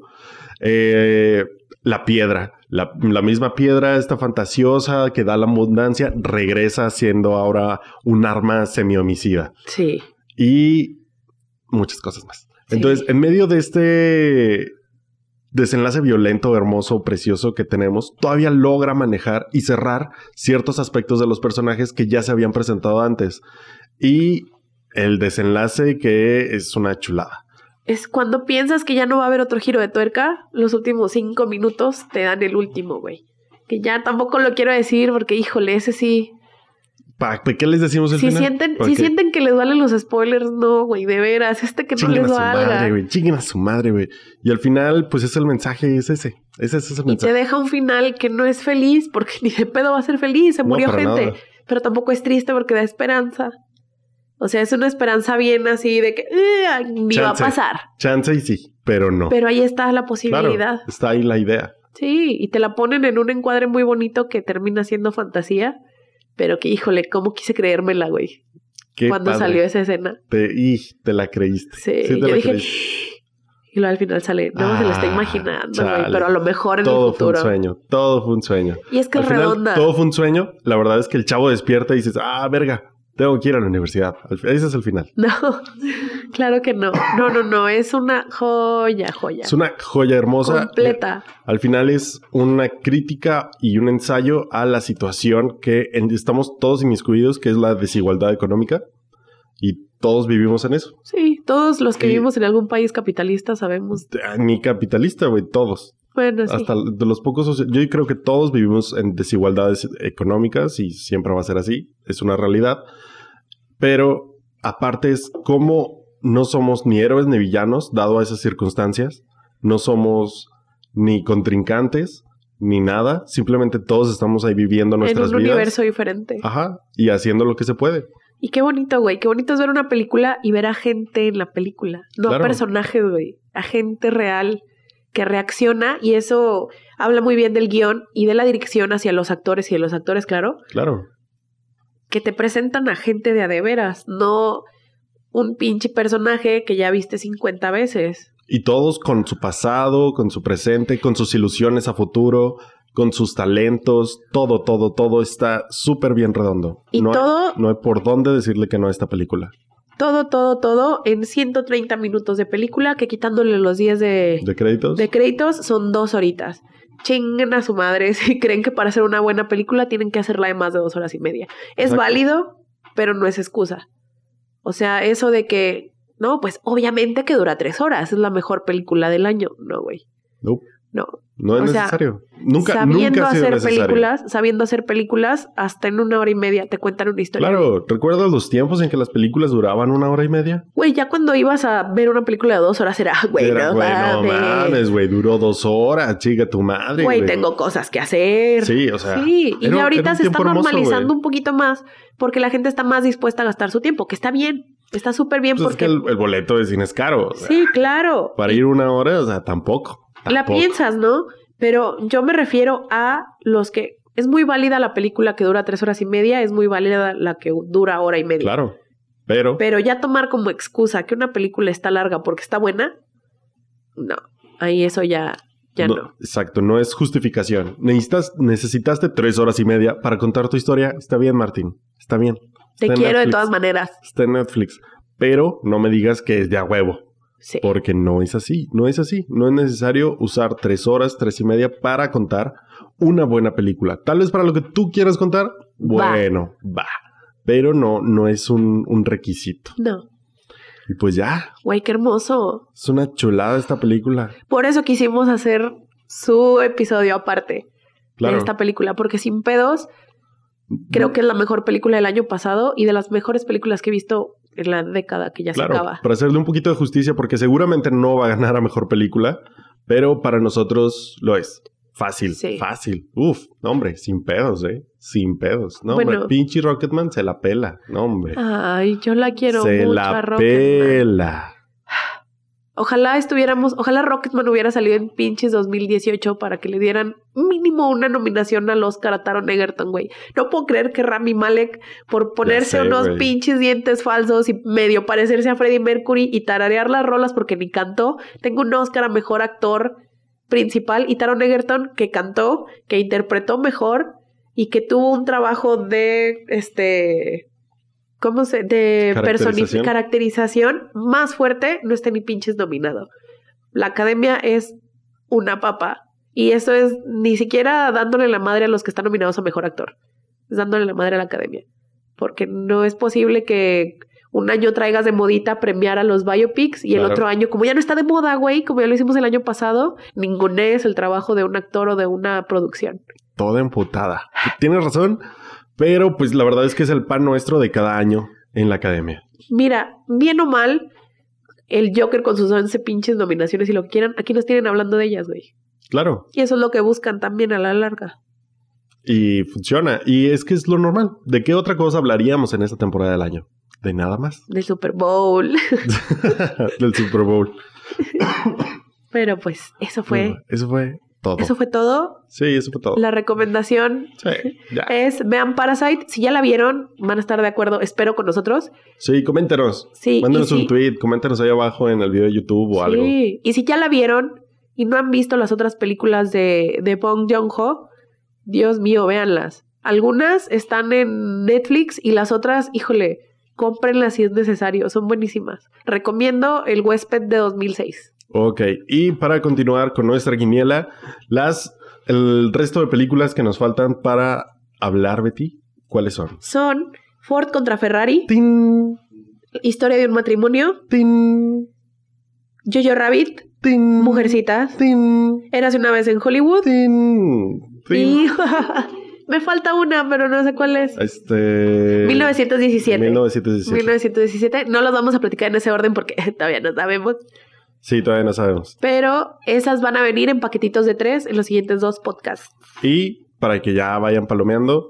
La piedra. La misma piedra, esta fantasiosa que da la abundancia, regresa siendo ahora un arma semi-homicida. Sí. Y muchas cosas más. Sí. Entonces, en medio de este desenlace violento, hermoso, precioso que tenemos, todavía logra manejar y cerrar ciertos aspectos de los personajes que ya se habían presentado antes. Y el desenlace que es una chulada. Es cuando piensas que ya no va a haber otro giro de tuerca, los últimos 5 minutos te dan el último, güey. Que ya tampoco lo quiero decir porque, híjole, ese sí. ¿Para qué les decimos el Si final? sienten que les duelen los spoilers, no, güey, de veras, que no Chinguen les a su valga. madre, güey. Chinguen a su madre, güey. Y al final, pues es el mensaje, es ese. Ese es el Y mensaje. te deja un final que no es feliz porque ni de pedo va a ser feliz, se No, murió para gente. nada. Pero tampoco es triste porque da esperanza. O sea, es una esperanza bien así de que ni va a Chance. pasar. Chance y sí, pero no. Pero ahí está la Claro, posibilidad. está ahí la idea. Sí, y te la ponen en un encuadre muy bonito que termina siendo fantasía, pero que, híjole, cómo quise creérmela, güey, Qué cuando padre. salió esa escena. Te la creíste. Sí, te yo la dije, creíste. y luego al final sale, no, se la está Ah, imaginando, güey, chale. pero a lo mejor en Todo el futuro. fue un sueño. Todo fue un sueño. Y es que Al es final, redonda. todo fue un sueño. La verdad es que el chavo despierta y dices, verga, tengo que ir a la universidad. Ese es el final. No, claro que no. No, es una joya. Es una joya hermosa. Completa. Al final es una crítica y un ensayo a la situación que estamos todos inmiscuidos, que es la desigualdad económica. Y todos vivimos en eso. Sí, todos los que Y- vivimos en algún país capitalista sabemos. Ni capitalista, güey, todos. Bueno, sí. Hasta de los pocos... Yo creo que todos vivimos en desigualdades económicas y siempre va a ser así. Es una realidad. Pero aparte es como no somos ni héroes ni villanos, dado a esas circunstancias. No somos ni contrincantes ni nada. Simplemente todos estamos ahí viviendo En nuestras un vidas. universo diferente. Ajá. Y haciendo lo que se puede. Y qué bonito, güey. Qué bonito es ver una película y ver a gente en la película. No Claro. a personajes, güey. A gente real que reacciona. Y eso habla muy bien del guión y de la dirección hacia los actores y de los actores, claro. Claro. Que te presentan a gente de a de veras. No un pinche personaje que ya viste 50 veces. Y todos con su pasado, con su presente, con sus ilusiones a futuro, con sus talentos, todo está súper bien redondo. Y todo- no hay por dónde decirle que no a esta película. Todo en 130 minutos de película que quitándole los 10 ¿De créditos? de créditos son 2 horitas. Chinguen a su madre si creen que para hacer una buena película tienen que hacerla de más de 2 horas y media. Es Exacto. válido, pero no es excusa. O sea, eso de que, no, pues obviamente que dura 3 horas, es la mejor película del año. No, güey. Nope. No. No es O sea, necesario. Nunca ha sabiendo sido hacer necesario. sabiendo hacer películas, hasta en 1 hora y media te cuentan una historia. Claro, ¿recuerdas los tiempos en que las películas duraban 1 hora y media? Güey, ya cuando ibas a ver una película de 2 horas era, güey, no No mames. mames, güey, duró 2 horas, chica, tu madre, Güey, tengo cosas que hacer. Sí, o sea. Sí, y era- ya ahorita era un se está tiempo hermoso, normalizando güey. un poquito más porque la gente está más dispuesta a gastar su tiempo, que está bien. Está súper bien Pues porque... es que el boleto de cine es caro. O sea, Sí, claro. Para ir 1 hora, o sea, tampoco. La piensas, ¿no? Pero yo me refiero a los que... Es muy válida la película que dura 3 horas y media, es muy válida la que dura 1 hora y media. Claro, pero Pero ya tomar como excusa que una película está larga porque está buena, no. Ahí eso ya no. Exacto, no es justificación. Necesitaste 3 horas y media para contar tu historia. Está bien, Martín. Está bien. Te Está en quiero de Netflix. todas maneras. Está en Netflix. Pero no me digas que es de a huevo. Sí. Porque no es así. No es así. No es necesario usar 3 horas, 3 y media para contar una buena película. Tal vez para lo que tú quieras contar, bueno, va. Pero no es un requisito. No. Y pues ya, Güey, qué hermoso. es una chulada esta película. Por eso quisimos hacer su episodio aparte Claro. de esta película, porque Sin Pedos creo que es la mejor película del año pasado y de las mejores películas que he visto en la década que ya Claro, se acaba. para hacerle un poquito de justicia, porque seguramente no va a ganar a mejor película, pero para nosotros lo es. Fácil, Sí. fácil. Uf, no, hombre, sin pedos, Sin pedos. No, Bueno. hombre, pinche Rocketman se la pela. No, hombre. Ay, yo la quiero se mucho la a Rocketman. pela. Ojalá Rocketman hubiera salido en pinches 2018 para que le dieran mínimo una nominación al Oscar a Taron Egerton, güey. No puedo creer que Rami Malek, por ponerse sé, unos güey. pinches dientes falsos y medio parecerse a Freddie Mercury y tararear las rolas porque ni cantó, tengo un Oscar a mejor actor principal, y Taron Egerton, que cantó, que interpretó mejor y que tuvo un trabajo de Caracterización. caracterización más fuerte, no esté ni pinches nominado. La academia es una papa. Y eso es ni siquiera dándole la madre a los que están nominados a mejor actor. Es dándole la madre a la academia. Porque no es posible que un año traigas de modita premiar a los biopics y el Claro. otro año, como ya no está de moda, güey, como ya lo hicimos el año pasado, ningunees el trabajo de un actor o de una producción. Toda emputada. Tienes razón, pero pues la verdad es que es el pan nuestro de cada año en la academia. Mira, bien o mal, el Joker con sus 11 pinches nominaciones y lo que quieran, aquí nos tienen hablando de ellas, güey. Claro. Y eso es lo que buscan también a la larga. Y funciona. Y es que es lo normal. ¿De qué otra cosa hablaríamos en esta temporada del año? De nada más. Del Super Bowl. Del Super Bowl. Pero pues, eso fue todo. Eso fue todo. Sí, eso fue todo. La recomendación Sí, ya. es vean Parasite. Si ya la vieron, van a estar de acuerdo, espero, con nosotros. Sí, coméntenos. Sí, Mándenos y un sí. tweet, coméntenos ahí abajo en el video de YouTube o algo. Sí, y si ya la vieron y no han visto las otras películas de Bong Joon-ho, Dios mío, véanlas. Algunas están en Netflix y las otras, híjole, cómprenlas si es necesario, son buenísimas. Recomiendo El Huésped de 2006. Ok, y para continuar con nuestra quiniela, el resto de películas que nos faltan para hablar, Betty, ¿cuáles son? Son Ford contra Ferrari, ¡Tin! Historia de un matrimonio, ¡Tin! Jojo Rabbit, ¡Tin! Mujercitas, ¡Tin! Érase una vez en Hollywood ¡Tin! ¡Tin! y me falta una, pero no sé cuál es. 1917. 1917. No los vamos a platicar en ese orden porque todavía no sabemos. Sí, todavía no sabemos. Pero esas van a venir en paquetitos de 3 en los siguientes 2 podcasts. Y para que ya vayan palomeando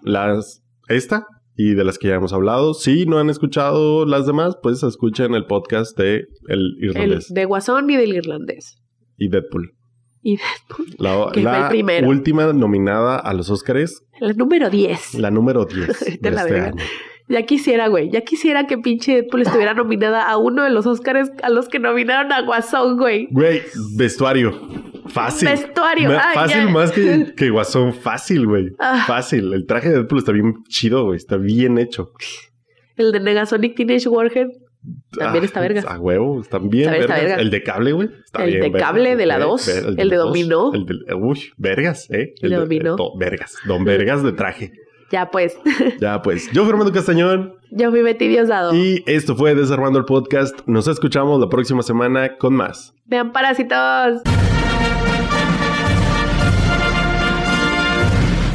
esta y de las que ya hemos hablado. Si no han escuchado las demás, pues escuchen el podcast de El El Irlandés de Guasón y del Irlandés. y Deadpool. Y Deadpool. La Que fue el primero. última nominada a los Oscars, El número 10. la número 10 Te de la este verga. año. Ya quisiera, güey. Ya quisiera que pinche Deadpool estuviera nominada a uno de los Oscars a los que nominaron a Guasón, güey. Güey, vestuario. Fácil. Vestuario. Ay, fácil ya. más que Guasón. Fácil, güey. Ah. Fácil. El traje de Deadpool está bien chido, güey. Está bien hecho. El de Negasonic Teenage Warhead también está verga. A huevo. Están bien También está vergas. verga. El de cable, güey. Está El bien de verga. cable de la Ok, 2. El de la dos. dominó. El de... Uy, vergas, El de dominó. Vergas. Don Vergas de traje. Ya pues. Ya, pues. Yo, Fernando Castañón. Yo fui Betty Diosdado. Y esto fue Desarmando el Podcast. Nos escuchamos la próxima semana con más. Vean Parásitos.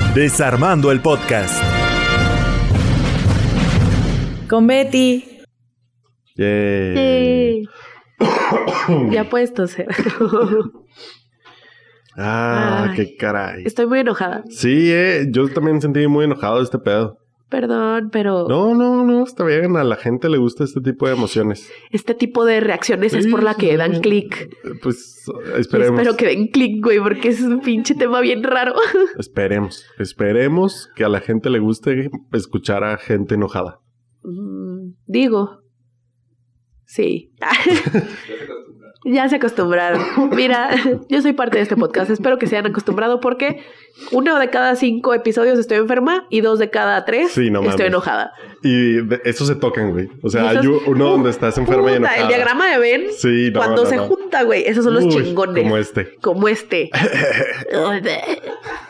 Desarmando el podcast. Con Betty. Yay. Sí. Ya puedes toser. Ay, qué caray. Estoy muy enojada. Sí, yo también sentí muy enojado de este pedo. Perdón, pero No, está bien. A la gente le gusta este tipo de emociones. este tipo de reacciones es por la que dan clic. Pues esperemos. Espero que den clic, güey, porque es un pinche tema bien raro. Esperemos que a la gente le guste escuchar a gente enojada. Digo. Sí. Ya se acostumbraron. Mira, yo soy parte de este podcast. Espero que se hayan acostumbrado porque 1 de cada 5 episodios estoy enferma y 2 de cada 3 Sí, no mames. estoy enojada. Y eso se tocan, güey. O sea, Esos- hay uno donde estás enferma y enojada. El diagrama de Venn, Sí, no, cuando no, se no. junta, güey, esos son los Uy, chingones. como este. Como este.